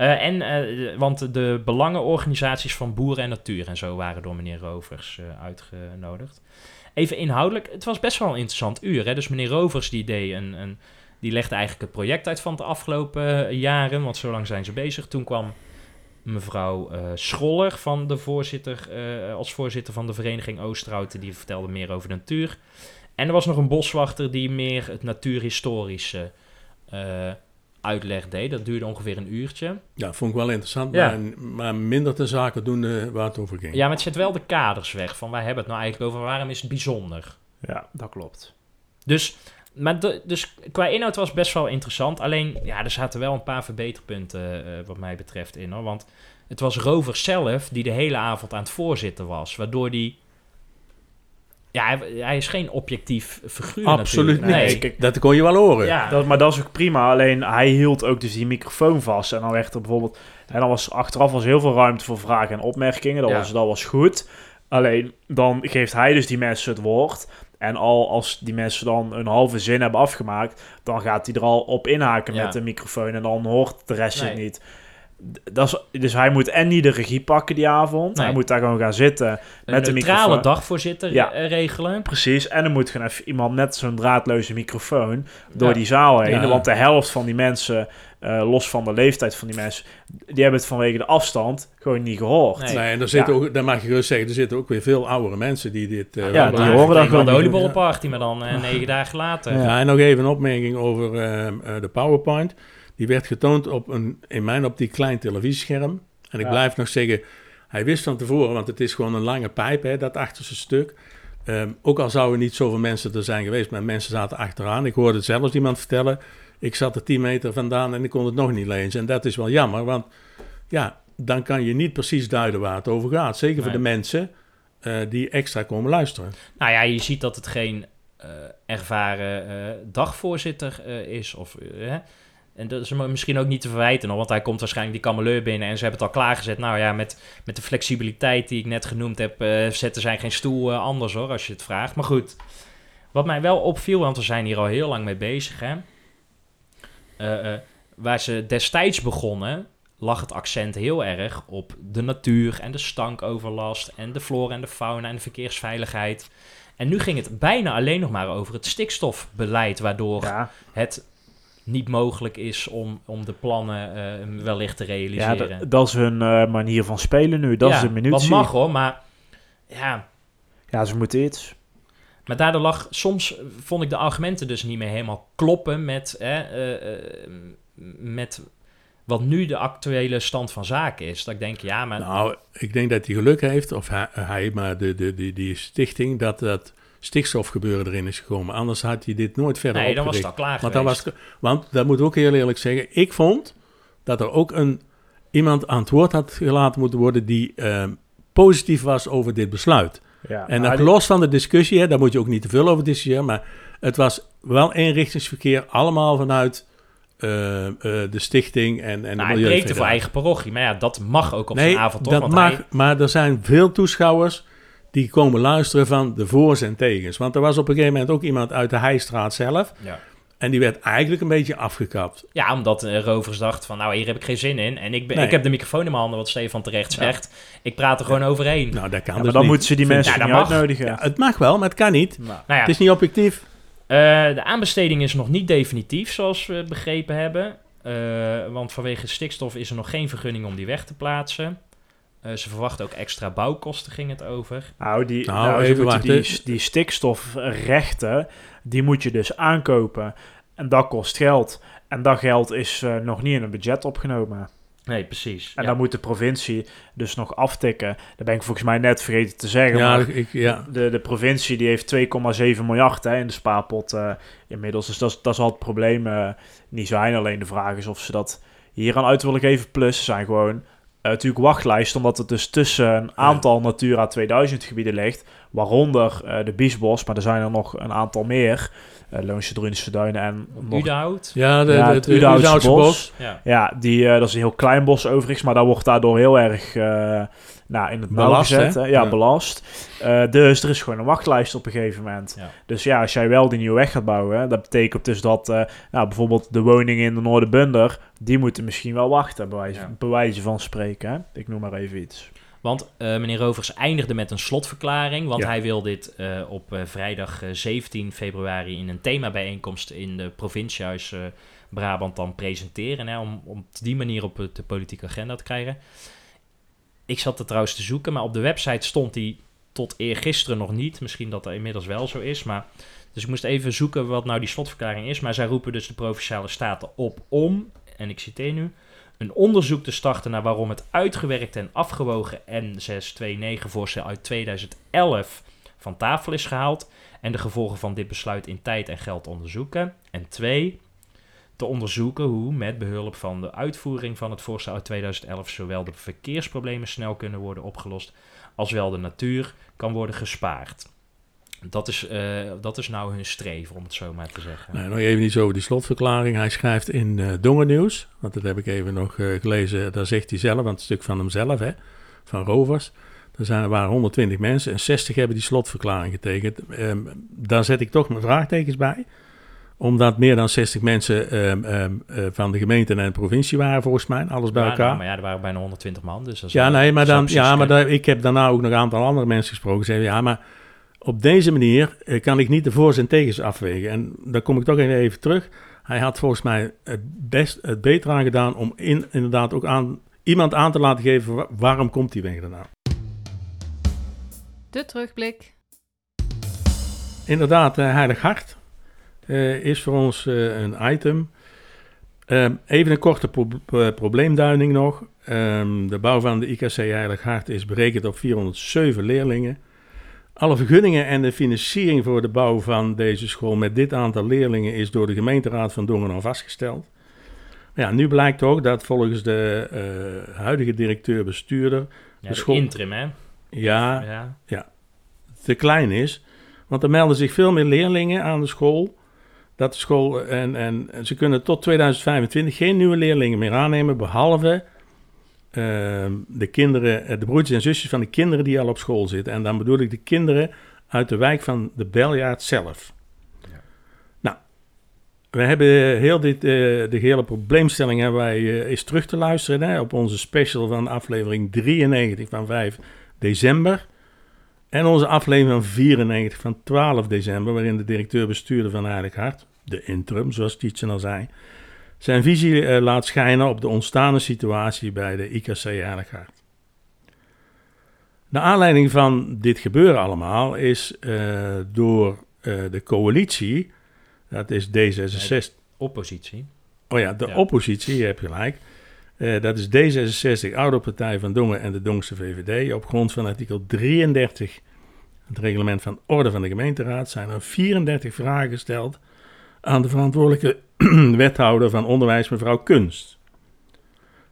Want de belangenorganisaties van boeren en natuur en zo waren door meneer Rovers uitgenodigd. Even inhoudelijk, het was best wel een interessant uur. Hè? Dus meneer Rovers die legde eigenlijk het project uit van de afgelopen jaren, want zo lang zijn ze bezig. Toen kwam mevrouw Scholler van als voorzitter van de vereniging Oosterhout, die vertelde meer over de natuur. En er was nog een boswachter die meer het natuurhistorische uitleg deed. Dat duurde ongeveer een uurtje. Ja, vond ik wel interessant, Ja. maar minder te zaken doen waar het over ging. Ja, maar het zet wel de kaders weg van waar hebben we het nou eigenlijk over, waarom is het bijzonder? Ja, dat klopt. Dus qua inhoud was het best wel interessant. Alleen, ja, er zaten wel een paar verbeterpunten wat mij betreft in, hoor. Want het was Rovers zelf die de hele avond aan het voorzitten was. Waardoor die... Ja, hij is geen objectief figuur Absoluut natuurlijk. niet. Nee. Kijk, Dat kon je wel horen. Ja. Maar dat is ook prima. Alleen hij hield ook dus die microfoon vast. En dan werd er bijvoorbeeld... En dan was achteraf heel veel ruimte voor vragen en opmerkingen. Dat was goed. Alleen dan geeft hij dus die mensen het woord. En als die mensen dan een halve zin hebben afgemaakt, dan gaat hij er al op inhaken met de microfoon. En dan hoort de rest het niet. Dus hij moet en niet de regie pakken die avond. Nee. Hij moet daar gewoon gaan zitten met de neutrale microfoon. dagvoorzitter regelen. Precies, en er moet gewoon even iemand met zo'n draadloze microfoon door die zaal heen. Ja. Want de helft van die mensen, los van de leeftijd van die mensen, die hebben het vanwege de afstand gewoon niet gehoord. Nee. Nee, en er zitten ook, dan mag je gerust zeggen, er zitten ook weer veel oudere mensen die dit... die wel- horen dan gewoon de niet. oliebollenparty, maar dan 9 dagen later. Ja, en nog even een opmerking over de PowerPoint. Die werd getoond op in mijn optiek klein televisiescherm. En ik blijf nog zeggen, hij wist van tevoren, want het is gewoon een lange pijp, hè, dat achterste stuk. Ook al zouden niet zoveel mensen er zijn geweest, maar mensen zaten achteraan. Ik hoorde het zelfs iemand vertellen. Ik zat er 10 meter vandaan en ik kon het nog niet lezen. En dat is wel jammer, want ja, dan kan je niet precies duiden waar het over gaat. Zeker voor de mensen die extra komen luisteren. Nou ja, je ziet dat het geen ervaren dagvoorzitter is. En dat is hem misschien ook niet te verwijten, want hij komt waarschijnlijk die kameleur binnen en ze hebben het al klaargezet. Nou ja, met de flexibiliteit die ik net genoemd heb, zetten zij geen stoel anders hoor, als je het vraagt. Maar goed, wat mij wel opviel, want we zijn hier al heel lang mee bezig, hè. Waar ze destijds begonnen, lag het accent heel erg op de natuur en de stankoverlast en de flora en de fauna en de verkeersveiligheid. En nu ging het bijna alleen nog maar over het stikstofbeleid, waardoor het niet mogelijk is om de plannen wellicht te realiseren. Ja, dat is hun manier van spelen nu. Dat is de minutie. Wat mag hoor, maar ja... Ja, ze moeten iets. Maar daardoor soms vond ik de argumenten dus niet meer helemaal kloppen met wat nu de actuele stand van zaken is. Dat ik denk, ja, maar... Nou, ik denk dat hij geluk heeft, of hij maar die stichting, dat stikstofgebeuren erin is gekomen. Anders had hij dit nooit verder Nee, dan was opgericht. het al klaar geweest. Want dat moet ik ook heel eerlijk zeggen. Ik vond dat er ook iemand aan het woord had gelaten moeten worden die positief was over dit besluit. Ja, En nog los van de discussie, hè, daar moet je ook niet te veel over discussiëren, maar het was wel eenrichtingsverkeer, allemaal vanuit de stichting en de Hij Milieufederatie. preekte voor eigen parochie. Maar ja, dat mag ook op zijn avond toch? dat Want mag, maar er zijn veel toeschouwers die komen luisteren van de voor's en tegens. Want er was op een gegeven moment ook iemand uit de Heijstraat zelf. Ja. En die werd eigenlijk een beetje afgekapt. Ja, omdat Rovers dacht van, nou, hier heb ik geen zin in. En ik heb de microfoon in mijn handen, wat Stefan terecht zegt. Ik praat er gewoon overheen. Nou, dat kan maar dus dan niet. moeten ze die mensen Ja, niet dat mag. uitnodigen. Ja, het mag wel, maar het kan niet. Nou, Nou ja, Het is niet objectief. de aanbesteding is nog niet definitief, zoals we begrepen hebben. Want vanwege stikstof is er nog geen vergunning om die weg te plaatsen. Ze verwachten ook extra bouwkosten, ging het over. Even wachten. Die stikstofrechten, die moet je dus aankopen. En dat kost geld. En dat geld is nog niet in een budget opgenomen. Nee, precies. En Ja. dan moet de provincie dus nog aftikken. Dat ben ik volgens mij net vergeten te zeggen. Ja, maar de provincie die heeft 2,7 miljard in de spaarpot inmiddels. Dus dat zal het probleem niet zijn. Alleen de vraag is of ze dat hier aan uit willen geven. Plus ze zijn gewoon natuurlijk wachtlijst, omdat het dus tussen een aantal Natura 2000 gebieden ligt. Waaronder de Biesbos, maar er zijn er nog een aantal meer. Loonsje Drunische Duinen en nog... Udenhout. Ja, het het Udenhoutse bos. Ja. Ja, dat is een heel klein bos overigens, maar dat wordt daardoor heel erg in het nauw Belast, gezet. hè? Hè? Ja. Belast. Dus er is gewoon een wachtlijst op een gegeven moment. Ja. Dus ja, als jij wel die nieuwe weg gaat bouwen, hè, dat betekent dus dat bijvoorbeeld de woningen in de Noorderbunder, die moeten misschien wel wachten, bij wijze van spreken. Hè? Ik noem maar even iets. Want meneer Rovers eindigde met een slotverklaring. Want Ja. hij wil dit op vrijdag 17 februari in een themabijeenkomst in de provinciehuis Brabant dan presenteren. Hè, om op die manier op de politieke agenda te krijgen. Ik zat er trouwens te zoeken, maar op de website stond hij tot eergisteren nog niet. Misschien dat dat inmiddels wel zo is. Dus ik moest even zoeken wat nou die slotverklaring is. Maar zij roepen dus de Provinciale Staten op om, en ik citeer nu, een onderzoek te starten naar waarom het uitgewerkte en afgewogen N629-voorstel uit 2011 van tafel is gehaald en de gevolgen van dit besluit in tijd en geld onderzoeken. En 2, te onderzoeken hoe met behulp van de uitvoering van het voorstel uit 2011 zowel de verkeersproblemen snel kunnen worden opgelost als wel de natuur kan worden gespaard. Dat is nou hun streven, om het zo maar te zeggen. Nou, nog even iets over die slotverklaring. Hij schrijft in Dongernieuws, want dat heb ik even nog gelezen, daar zegt hij zelf, want het stuk van hemzelf, hè, van Rovers. Er waren 120 mensen en 60 hebben die slotverklaring getekend. Daar zet ik toch mijn vraagtekens bij. Omdat meer dan 60 mensen van de gemeente en de provincie waren, volgens mij, alles bij elkaar. Nou, maar ja, er waren bijna 120 man. Dus dat is ik heb daarna ook nog een aantal andere mensen gesproken. Zeiden, ja, maar op deze manier kan ik niet de voor's en tegens afwegen. En daar kom ik toch even terug. Hij had volgens mij het beter aan gedaan om inderdaad ook iemand aan te laten geven waarom komt die weg er nou. De terugblik. Inderdaad, Heilig Hart is voor ons een item. Even een korte probleemduiding nog. De bouw van de IKC Heilig Hart is berekend op 407 leerlingen. Alle vergunningen en de financiering voor de bouw van deze school met dit aantal leerlingen is door de gemeenteraad van Dongen al vastgesteld. Ja, nu blijkt toch dat volgens de huidige directeur-bestuurder de school interim, hè? Ja, te klein is. Want er melden zich veel meer leerlingen aan de school. Dat de school en ze kunnen tot 2025 geen nieuwe leerlingen meer aannemen, behalve de kinderen, de broertjes en zusjes van de kinderen die al op school zitten. En dan bedoel ik de kinderen uit de wijk van de Beljaard zelf. Ja. Nou, we hebben heel de hele probleemstelling hebben wij eens terug te luisteren, hè, op onze special van aflevering 93 van 5 december. En onze aflevering van 94 van 12 december, waarin de directeur-bestuurder van Heilig Hart, de interim, zoals Tietjen al zei, zijn visie laat schijnen op de ontstane situatie bij de IKC Heilig Hart. De aanleiding van dit gebeuren allemaal is door de coalitie, dat is D66... Oppositie. Oh ja, de oppositie, je hebt gelijk. Dat is D66, Oude Partij van Dongen en de Dongse VVD. Op grond van artikel 33, het reglement van orde van de gemeenteraad, zijn er 34 vragen gesteld aan de verantwoordelijke wethouder van onderwijs, mevrouw Kunst.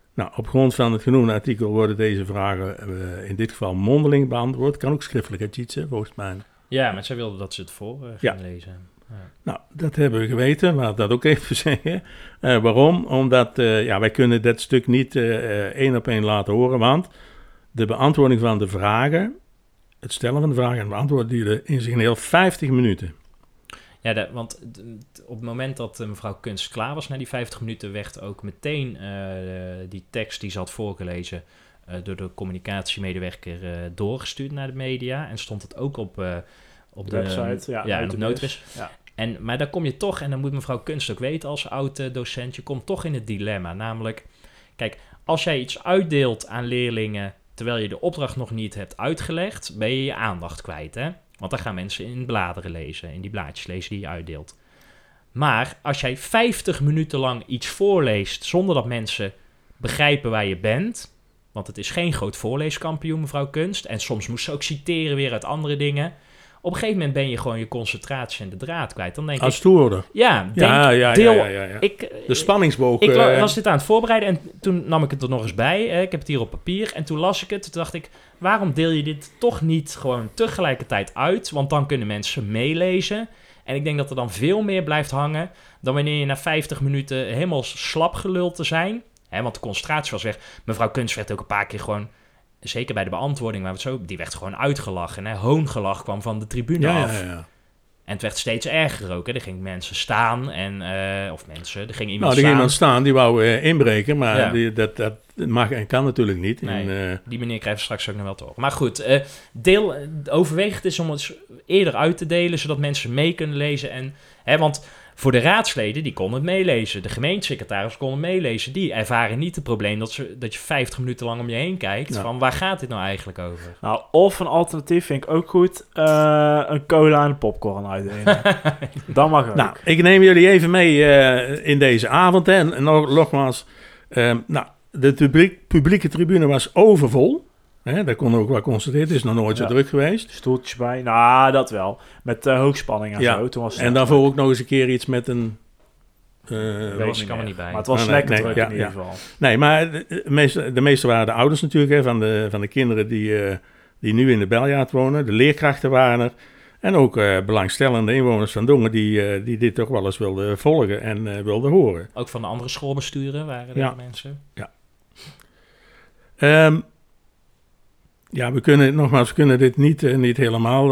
Nou, op grond van het genoemde artikel worden deze vragen in dit geval mondeling beantwoord. Kan ook schriftelijk, hè, Tjitse, volgens mij. Ja, maar zij wilden dat ze het voor gingen lezen. Ja. Nou, dat hebben we geweten, maar dat ook even zeggen. Waarom? Omdat wij kunnen dat stuk niet 1 op 1 laten horen, want de beantwoording van de vragen, het stellen van de vragen en beantwoorden duurde in zijn geheel 50 minuten. Ja, want op het moment dat mevrouw Kunst klaar was na die 50 minuten, werd ook meteen die tekst die ze had voorgelezen door de communicatiemedewerker doorgestuurd naar de media. En stond het ook op de website. en op Noodwis. Ja. Maar daar kom je toch, en dan moet mevrouw Kunst ook weten als oud-docent, je komt toch in het dilemma. Namelijk, kijk, als jij iets uitdeelt aan leerlingen terwijl je de opdracht nog niet hebt uitgelegd, ben je je aandacht kwijt, hè? Want dan gaan mensen in bladeren lezen, in die blaadjes lezen die je uitdeelt. Maar als jij 50 minuten lang iets voorleest zonder dat mensen begrijpen waar je bent, want het is geen groot voorleeskampioen, mevrouw Kunst, en soms moest ze ook citeren weer uit andere dingen. Op een gegeven moment ben je gewoon je concentratie en de draad kwijt. Dan denk Als ik... toehoorder. Ja, De spanningsboog. Ik was dit aan het voorbereiden en toen nam ik het er nog eens bij. Ik heb het hier op papier en toen las ik het. Toen dacht ik, waarom deel je dit toch niet gewoon tegelijkertijd uit? Want dan kunnen mensen meelezen. En ik denk dat er dan veel meer blijft hangen dan wanneer je na 50 minuten helemaal slap geluld te zijn. Want de concentratie was weg. Mevrouw Kunst werd ook een paar keer gewoon, zeker bij de beantwoording, maar die werd gewoon uitgelachen. Hoongelach kwam van de tribune af. Ja. En het werd steeds erger ook. Hè. Er gingen mensen staan en er ging iemand er ging iemand staan, die wou inbreken, maar dat mag en kan natuurlijk niet. Nee, die meneer krijgt straks ook nog wel te horen. Maar goed, overweeg het is om het eerder uit te delen, zodat mensen mee kunnen lezen. Want voor de raadsleden, die konden het meelezen. De gemeentesecretaris kon het meelezen. Die ervaren niet het probleem dat je 50 minuten lang om je heen kijkt. Ja. Van waar gaat dit nou eigenlijk over? Nou, of een alternatief vind ik ook goed. Een cola en een popcorn uitdelen. Dat mag ook. Nou, ik neem jullie even mee in deze avond. Hè. En nogmaals, de publieke tribune was overvol. Dat kon ook wel constateren. Het is nog nooit zo druk geweest. Stoeltjes bij. Nou, dat wel. Met hoogspanning en zo. Toen was en daarvoor ook nog eens een keer iets met een... Deze kan er niet bij. Maar het was lekker druk in ieder geval. Nee, maar de meeste waren de ouders natuurlijk. Van de kinderen die nu in de Beljaard wonen. De leerkrachten waren er. En ook belangstellende inwoners van Dongen die dit toch wel eens wilden volgen en wilden horen. Ook van de andere schoolbesturen waren er mensen. Ja. We kunnen dit niet helemaal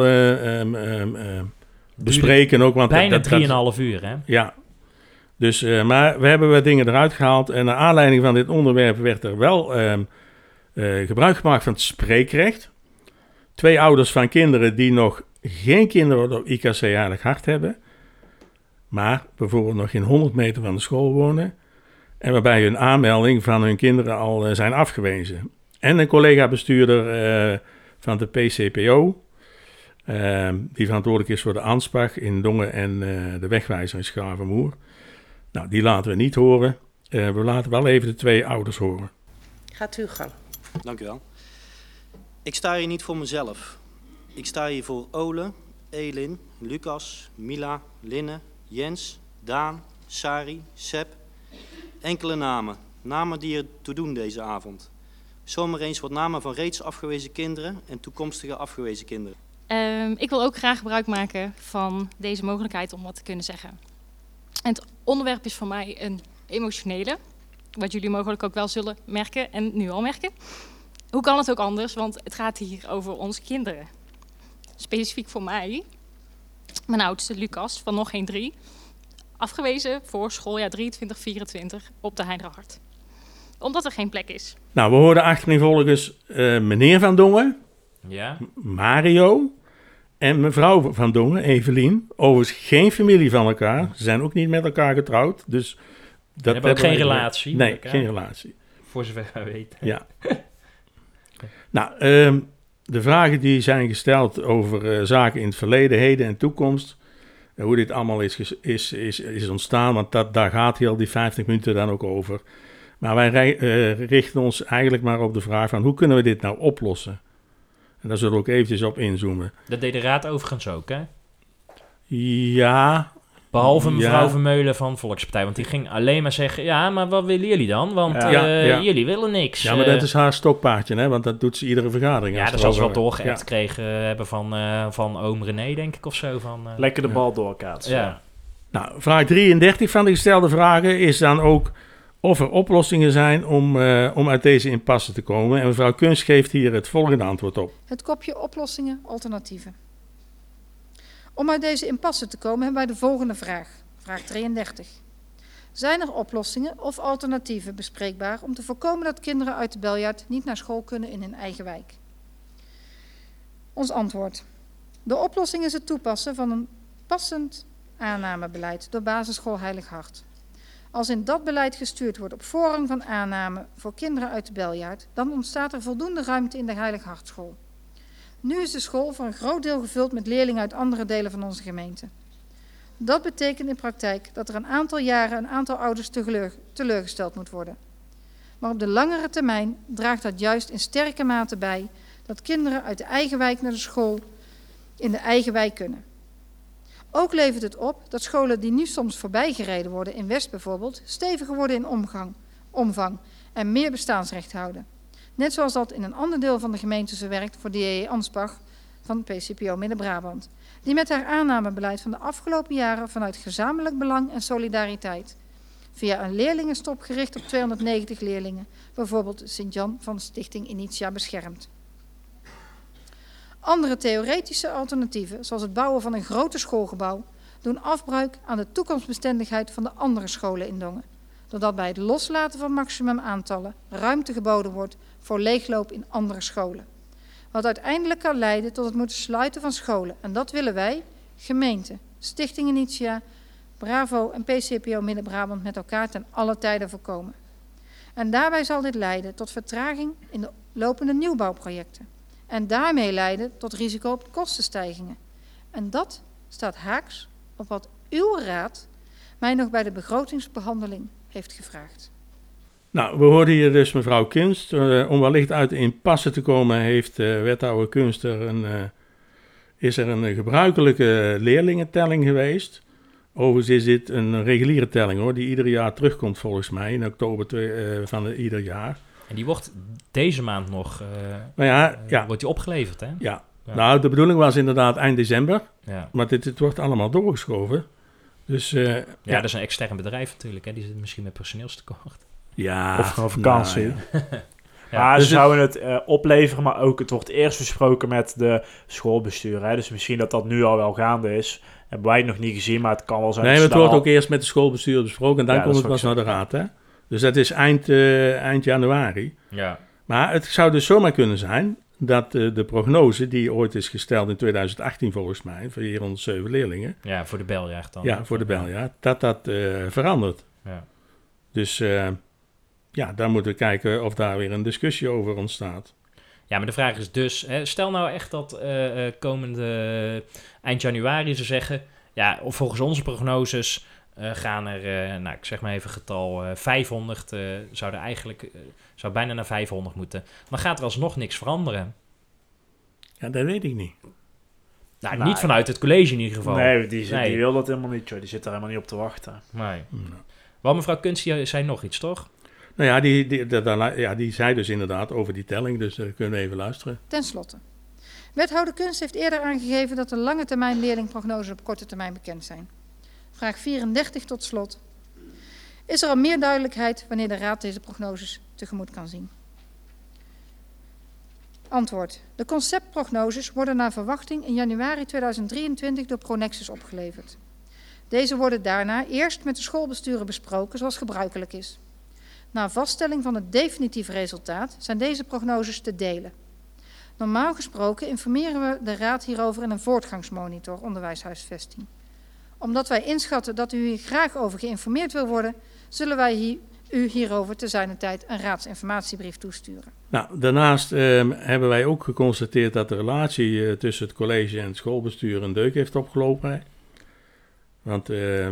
bespreken. Ook, want bijna 3,5 uur, hè? Ja. Dus, maar we hebben wat dingen eruit gehaald. En naar aanleiding van dit onderwerp werd er wel gebruik gemaakt van het spreekrecht. 2 ouders van kinderen die nog geen kinderen door IKC Aardig Hart hebben. Maar bijvoorbeeld nog geen 100 meter van de school wonen. En waarbij hun aanmelding van hun kinderen al zijn afgewezen. En een collega-bestuurder van de PCPO, die verantwoordelijk is voor de aanspraak in Dongen en de wegwijzer in Schavenmoer. Nou, die laten we niet horen. We laten wel even de 2 ouders horen. Gaat uw gang. Dank u wel. Ik sta hier niet voor mezelf. Ik sta hier voor Ole, Elin, Lucas, Mila, Linne, Jens, Daan, Sari, Seb. Enkele namen. Namen die er toe doen deze avond. Zomaar eens wat namen van reeds afgewezen kinderen en toekomstige afgewezen kinderen. Ik wil ook graag gebruik maken van deze mogelijkheid om wat te kunnen zeggen. En het onderwerp is voor mij een emotionele, wat jullie mogelijk ook wel zullen merken en nu al merken. Hoe kan het ook anders, want het gaat hier over onze kinderen. Specifiek voor mij, mijn oudste Lucas, van nog geen 3, afgewezen voor schooljaar 23-24 op de Heinrich. Omdat er geen plek is. Nou, we hoorden achtereenvolgens meneer Van Dongen, Mario en mevrouw Van Dongen, Evelien. Overigens geen familie van elkaar. Ze zijn ook niet met elkaar getrouwd. Dus dat hebben ook geen relatie. Nee, geen relatie. Voor zover wij weten. Ja. Nou, de vragen die zijn gesteld over zaken in het verleden, heden en toekomst. Hoe dit allemaal is ontstaan. Want daar gaat heel die 50 minuten dan ook over. Maar wij richten ons eigenlijk maar op de vraag van hoe kunnen we dit nou oplossen? En daar zullen we ook eventjes op inzoomen. Dat deed de raad overigens ook, hè? Ja, Behalve mevrouw Ja. Vermeulen van Volkspartij. Want die ging alleen maar zeggen... Ja, maar wat willen jullie dan? Want Ja. jullie willen niks. Ja, maar dat is haar stokpaardje, hè? Want dat doet ze iedere vergadering. Ja, als dat er zal ze wel over- doorgeappt Ja. gekregen hebben van oom René, denk ik, of zo. Lekker de bal doorkaatsen. Ja. Nou, vraag 33 van de gestelde vragen is dan ook of er oplossingen zijn om uit deze impasse te komen. En mevrouw Kunst geeft hier het volgende antwoord op. Het kopje oplossingen, alternatieven. Om uit deze impasse te komen hebben wij de volgende vraag. Vraag 33. Zijn er oplossingen of alternatieven bespreekbaar om te voorkomen dat kinderen uit de Beljaard niet naar school kunnen in hun eigen wijk? Ons antwoord. De oplossing is het toepassen van een passend aannamebeleid door basisschool Heilig Hart. Als in dat beleid gestuurd wordt op voorrang van aanname voor kinderen uit de Beljaard, dan ontstaat er voldoende ruimte in de Heilig Hartschool. Nu is de school voor een groot deel gevuld met leerlingen uit andere delen van onze gemeente. Dat betekent in praktijk dat er een aantal jaren een aantal ouders teleurgesteld moet worden. Maar op de langere termijn draagt dat juist in sterke mate bij dat kinderen uit de eigen wijk naar de school in de eigen wijk kunnen. Ook levert het op dat scholen die nu soms voorbijgereden worden, in West bijvoorbeeld, steviger worden in omvang en meer bestaansrecht houden. Net zoals dat in een ander deel van de gemeente zo werkt voor de DE Ansbach van PCPO Midden-Brabant, die met haar aannamebeleid van de afgelopen jaren vanuit gezamenlijk belang en solidariteit, via een leerlingenstop gericht op 290 leerlingen, bijvoorbeeld Sint-Jan van Stichting Initia beschermt. Andere theoretische alternatieven, zoals het bouwen van een groter schoolgebouw, doen afbreuk aan de toekomstbestendigheid van de andere scholen in Dongen, doordat bij het loslaten van maximumaantallen ruimte geboden wordt voor leegloop in andere scholen. Wat uiteindelijk kan leiden tot het moeten sluiten van scholen. En dat willen wij, gemeente, Stichting Initia, Bravo en PCPO Midden-Brabant met elkaar ten alle tijden voorkomen. En daarbij zal dit leiden tot vertraging in de lopende nieuwbouwprojecten. En daarmee leiden tot risico op kostenstijgingen. En dat staat haaks op wat uw raad mij nog bij de begrotingsbehandeling heeft gevraagd. Nou, we hoorden hier dus mevrouw Kunst. Om wellicht uit de impasse te komen heeft wethouder Kunst is er een gebruikelijke leerlingentelling geweest. Overigens is dit een reguliere telling hoor, die ieder jaar terugkomt volgens mij in oktober van ieder jaar. En die wordt deze maand nog Maar wordt die opgeleverd, hè? Ja. Ja. Nou, de bedoeling was inderdaad eind december, Ja. maar dit wordt allemaal doorgeschoven. Dus Ja, dat is een extern bedrijf natuurlijk, hè? Die zit misschien met personeelstekort. ja, Of gewoon vakantie. nou ja. Ja, Maar dus ze zouden het opleveren, maar ook het wordt eerst besproken met de schoolbestuur. Hè? Dus misschien dat nu al wel gaande is. Hebben wij het nog niet gezien, maar het kan wel zijn. Nee, dat maar ze het wordt daar ook eerst met de schoolbestuur besproken en dan Ja, komt dat het is pas ook naar de zo. raad. Hè? Dus dat is eind januari. Ja. Maar het zou dus zomaar kunnen zijn dat de prognose, die ooit is gesteld in 2018 volgens mij, voor 407 leerlingen, Ja, voor de beljaar dan. ja, voor de beljaar, dat verandert. Ja. Dus ja, daar moeten we kijken of daar weer een discussie over ontstaat. Ja, maar de vraag is dus, hè, stel nou echt dat komende eind januari ze zeggen, ja, volgens onze prognoses gaan er, nou ik zeg maar even getal 500, zou bijna naar 500 moeten. Dan gaat er alsnog niks veranderen. Ja, dat weet ik niet. Nou, Nou, niet vanuit het college in ieder geval. Nee, die Nee. wil dat helemaal niet, joh. Die zit er helemaal niet op te wachten. Nee. Nou. Wel, mevrouw Kunst, die zei nog iets, toch? Nou ja, die zei dus inderdaad over die telling, dus kunnen we even luisteren. Ten slotte. Wethouder Kunst heeft eerder aangegeven dat de lange termijn leerlingprognoses op korte termijn bekend zijn. Vraag 34 tot slot. Is er al meer duidelijkheid wanneer de Raad deze prognoses tegemoet kan zien? Antwoord. De conceptprognoses worden naar verwachting in januari 2023 door Pronexus opgeleverd. Deze worden daarna eerst met de schoolbesturen besproken zoals gebruikelijk is. Na vaststelling van het definitieve resultaat zijn deze prognoses te delen. Normaal gesproken informeren we de Raad hierover in een voortgangsmonitor onderwijshuisvesting. Omdat wij inschatten dat u hier graag over geïnformeerd wil worden, zullen wij u hierover te zijner tijd een raadsinformatiebrief toesturen. Nou, daarnaast hebben wij ook geconstateerd dat de relatie tussen het college en het schoolbestuur een deuk heeft opgelopen. Hè? Want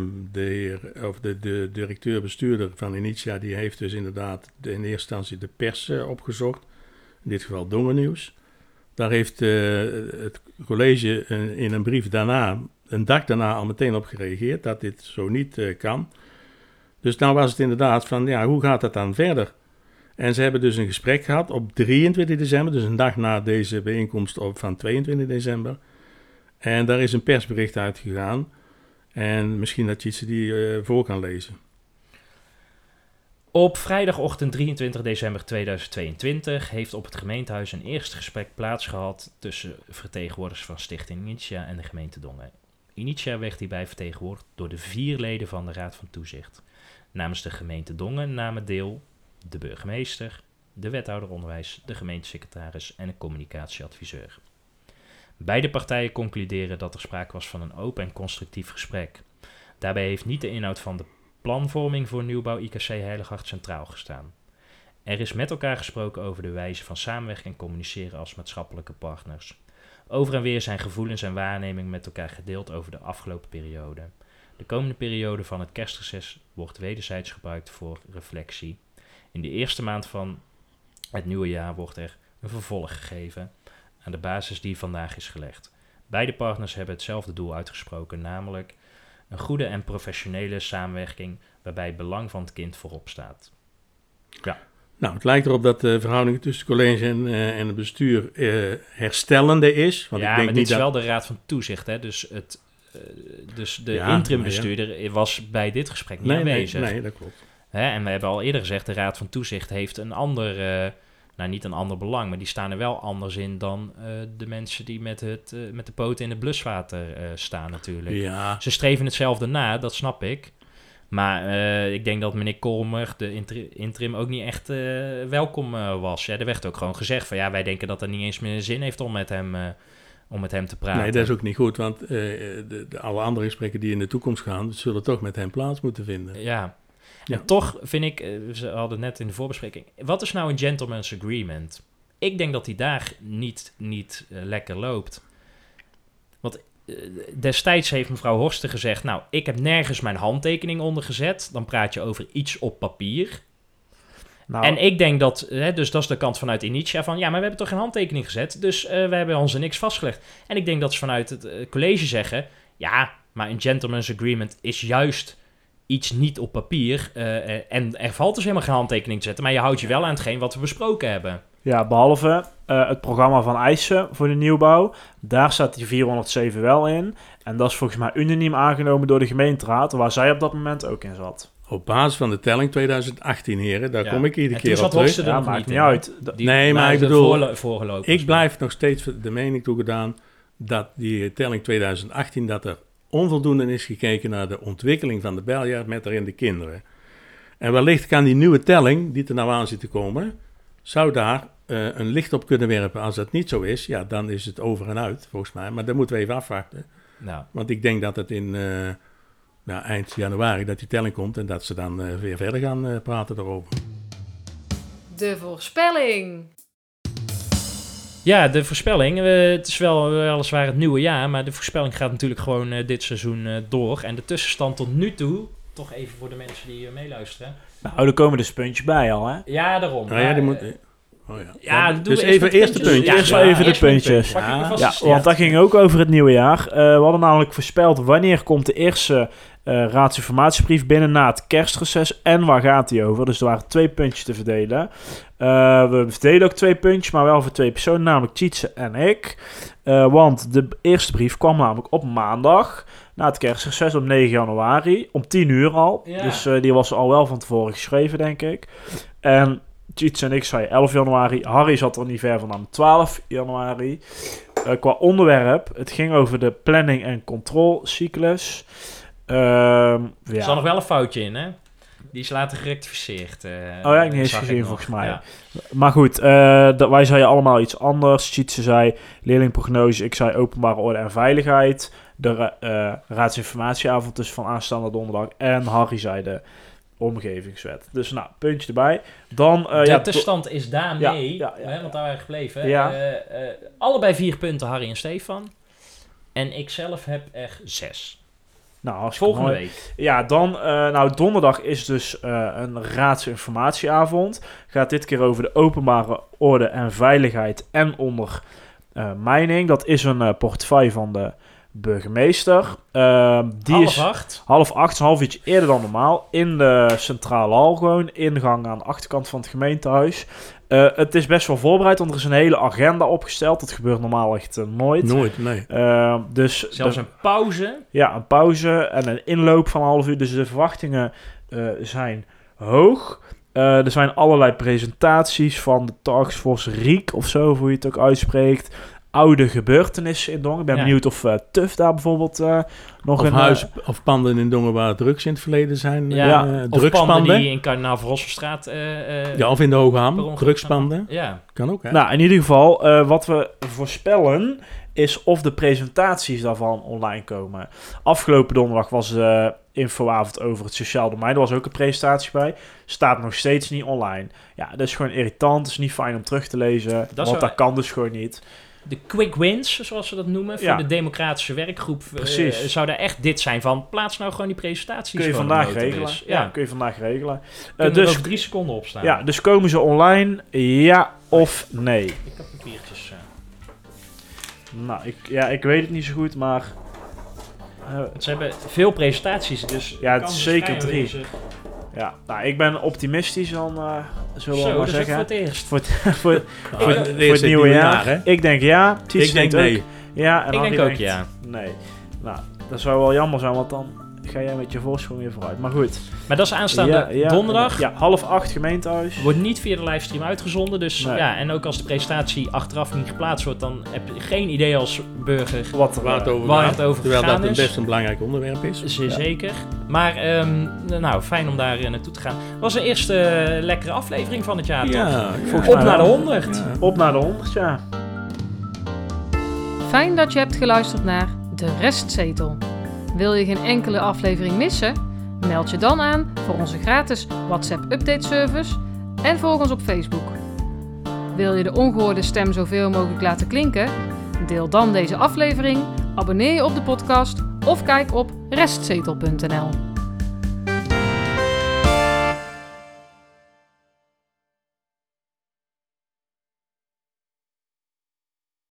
de directeur-bestuurder van Initia, die heeft dus inderdaad in eerste instantie de pers opgezocht. In dit geval Dongen Nieuws. Daar heeft het college in een brief daarna een dag daarna al meteen op gereageerd dat dit zo niet kan. Dus dan was het inderdaad van, ja, hoe gaat dat dan verder? En ze hebben dus een gesprek gehad op 23 december, dus een dag na deze bijeenkomst van 22 december. En daar is een persbericht uitgegaan. En misschien dat je die voor kan lezen. Op vrijdagochtend 23 december 2022 heeft op het gemeentehuis een eerste gesprek plaatsgehad tussen vertegenwoordigers van Stichting Initia en de gemeente Dongen. Initia werd hierbij vertegenwoordigd door de 4 leden van de Raad van Toezicht. Namens de gemeente Dongen namen deel de burgemeester, de wethouder onderwijs, de gemeentesecretaris en een communicatieadviseur. Beide partijen concluderen dat er sprake was van een open en constructief gesprek. Daarbij heeft niet de inhoud van de planvorming voor nieuwbouw IKC Heilighacht centraal gestaan. Er is met elkaar gesproken over de wijze van samenwerken en communiceren als maatschappelijke partners. Over en weer zijn gevoelens en waarnemingen met elkaar gedeeld over de afgelopen periode. De komende periode van het kerstreces wordt wederzijds gebruikt voor reflectie. In de eerste maand van het nieuwe jaar wordt er een vervolg gegeven aan de basis die vandaag is gelegd. Beide partners hebben hetzelfde doel uitgesproken, namelijk een goede en professionele samenwerking waarbij het belang van het kind voorop staat. Ja. Nou, het lijkt erop dat de verhouding tussen het college en het bestuur herstellende is. Want ja, ik denk maar niet dit is dat... wel de Raad van Toezicht, hè? Dus de interimbestuurder was bij dit gesprek niet aanwezig. Nee, dat klopt. Hè? En we hebben al eerder gezegd, de Raad van Toezicht heeft een ander... niet een ander belang, maar die staan er wel anders in dan de mensen die met de poten in het bluswater staan natuurlijk. Ja. Ze streven hetzelfde na, dat snap ik. Maar ik denk dat meneer Kolmer, de interim, ook niet echt welkom was. Ja, er werd ook gewoon gezegd van ja, wij denken dat het niet eens meer zin heeft om met hem te praten. Nee, dat is ook niet goed, want alle andere gesprekken die in de toekomst gaan, zullen toch met hem plaats moeten vinden. Ja. Ja. En toch vind ik, we hadden net in de voorbespreking, wat is nou een gentleman's agreement? Ik denk dat die daar niet lekker loopt. Want destijds heeft mevrouw Horsten gezegd, nou, ik heb nergens mijn handtekening onder gezet. Dan praat je over iets op papier. Nou, en ik denk dat, dus dat is de kant vanuit Initia van, ja, maar we hebben toch geen handtekening gezet, dus we hebben ons er niks vastgelegd. En ik denk dat ze vanuit het college zeggen, ja, maar een gentleman's agreement is juist iets niet op papier en er valt dus helemaal geen handtekening te zetten, maar je houdt je wel aan hetgeen wat we besproken hebben. Ja, behalve het programma van eisen voor de nieuwbouw, daar staat die 407 wel in. En dat is volgens mij unaniem aangenomen door de gemeenteraad, waar zij op dat moment ook in zat. Op basis van de telling 2018, heren, daar kom ik iedere keer op terug. Ja, maakt niet uit. Nee, maar ik bedoel, ik blijf nog steeds de mening toegedaan dat die telling 2018, dat er onvoldoende is gekeken naar de ontwikkeling van de Beljaard met daarin de kinderen. En wellicht kan die nieuwe telling, die er nou aan zit te komen, zou daar een licht op kunnen werpen. Als dat niet zo is, ja, dan is het over en uit, volgens mij. Maar dat moeten we even afwachten. Nou. Want ik denk dat het in eind januari dat die telling komt en dat ze dan weer verder gaan praten daarover. De voorspelling. Ja, de voorspelling. Het is weliswaar het nieuwe jaar, maar de voorspelling gaat natuurlijk gewoon dit seizoen door. En de tussenstand tot nu toe, toch even voor de mensen die meeluisteren. Nou, er komen dus puntjes bij al, hè? Ja, daarom. Nou ja, die moet... Ja, dus even eerst de puntjes. Eerst wel even de puntjes. Ja, want dat ging ook over het nieuwe jaar. We hadden namelijk voorspeld wanneer komt de eerste raadsinformatiebrief binnen na het kerstreces en waar gaat die over. Dus er waren 2 puntjes te verdelen. We verdelen ook 2 puntjes, maar wel voor 2 personen, namelijk Tjitse en ik. Want de eerste brief kwam namelijk op maandag na het kerstreces op 9 januari, om 10 uur al. Ja. Dus die was al wel van tevoren geschreven, denk ik. En Tjitse en ik zei 11 januari. Harry zat er niet ver vandaan, 12 januari. Qua onderwerp, het ging over de planning- en controlcyclus. Er zat nog wel een foutje in, hè? Die is later gerectificeerd. Ja, ik niet eens gezien volgens mij. Ja. Maar goed, wij zeiden allemaal iets anders. Tjitse zei leerlingprognose, ik zei openbare orde en veiligheid. De raadsinformatieavond dus van aanstaande donderdag. En Harry zei de omgevingswet. Dus nou, puntje erbij. Dan, de tussenstand is daarmee, want daar waren we gebleven. Ja. Allebei 4 punten, Harry en Stefan. En ik zelf heb er 6. Nou, volgende week. Ja, dan, donderdag is dus een raadsinformatieavond. Gaat dit keer over de openbare orde en veiligheid en ondermijning. Dat is een portefeuille van de burgemeester. Die is 7:30. 7:30, een half uurtje eerder dan normaal. In de centrale hal gewoon. Ingang aan de achterkant van het gemeentehuis. Het is best wel voorbereid, want er is een hele agenda opgesteld. Dat gebeurt normaal echt nooit. Nooit, nee. Dus Zelfs een pauze. Ja, een pauze en een inloop van een half uur. Dus de verwachtingen zijn hoog. Er zijn allerlei presentaties van de Taskforce Riek of zo, hoe je het ook uitspreekt. Oude gebeurtenissen in Dongen. Ik ben benieuwd of TUF daar bijvoorbeeld nog Of een... huis of panden in Dongen waar drugs in het verleden zijn. Ja, of panden Drugspanden. die in Kardinaal Verhofstadstraat... Ja, of in de Hoge per Ham. ongeluk Drugspanden. Ja. Kan ook, hè? Nou, in ieder geval, wat we voorspellen is of de presentaties daarvan online komen. Afgelopen donderdag was infoavond over het sociaal domein. Er was ook een presentatie bij. Staat nog steeds niet online. Ja, dat is gewoon irritant. Het is niet fijn om terug te lezen. Want dat kan dus gewoon niet. De quick wins, zoals ze dat noemen, voor Ja. de democratische werkgroep. Precies. Zou daar echt dit zijn van, plaats nou gewoon die presentaties. Kun je gewoon vandaag op noten regelen. dus. Ja, kun je vandaag regelen. Kunnen Dus er over 3 seconden opstaan. ja, dus komen ze online? Ja of nee? Ik heb papiertjes. Nou, ik weet het niet zo goed, maar... Ze hebben veel presentaties, dus... Ja, de het is kans zeker vrij 3. aanwezig. Ja, nou, ik ben optimistisch dan, zullen we Zo, maar dat is ook zeggen. voor het eerst. Voor het Dit is het nieuwe jaar. hè? Ik denk ja. Ties Ik denk denkt nee. ook ja. En Ik Andy denk ook denkt ja. nee. Nou, dat zou wel jammer zijn, want dan ga jij met je voorsprong weer vooruit. Maar goed. Maar dat is aanstaande donderdag. Ja, 7:30 gemeentehuis. Wordt niet via de livestream uitgezonden. Dus Nee. ja, en ook als de presentatie achteraf niet geplaatst wordt, dan heb je geen idee als burger Wat Waar het over waar gaat. het over Terwijl gegaan dat is. best een belangrijk onderwerp is. Zeer zeker. Maar nou, fijn om daar naartoe te gaan. Was de eerste lekkere aflevering van het jaar, toch? Ja, Volgens Op mij naar de wel. 100. Ja. Op naar de 100, ja. Fijn dat je hebt geluisterd naar De Restzetel. Wil je geen enkele aflevering missen? Meld je dan aan voor onze gratis WhatsApp-update-service en volg ons op Facebook. Wil je de ongehoorde stem zoveel mogelijk laten klinken? Deel dan deze aflevering, abonneer je op de podcast of kijk op restzetel.nl.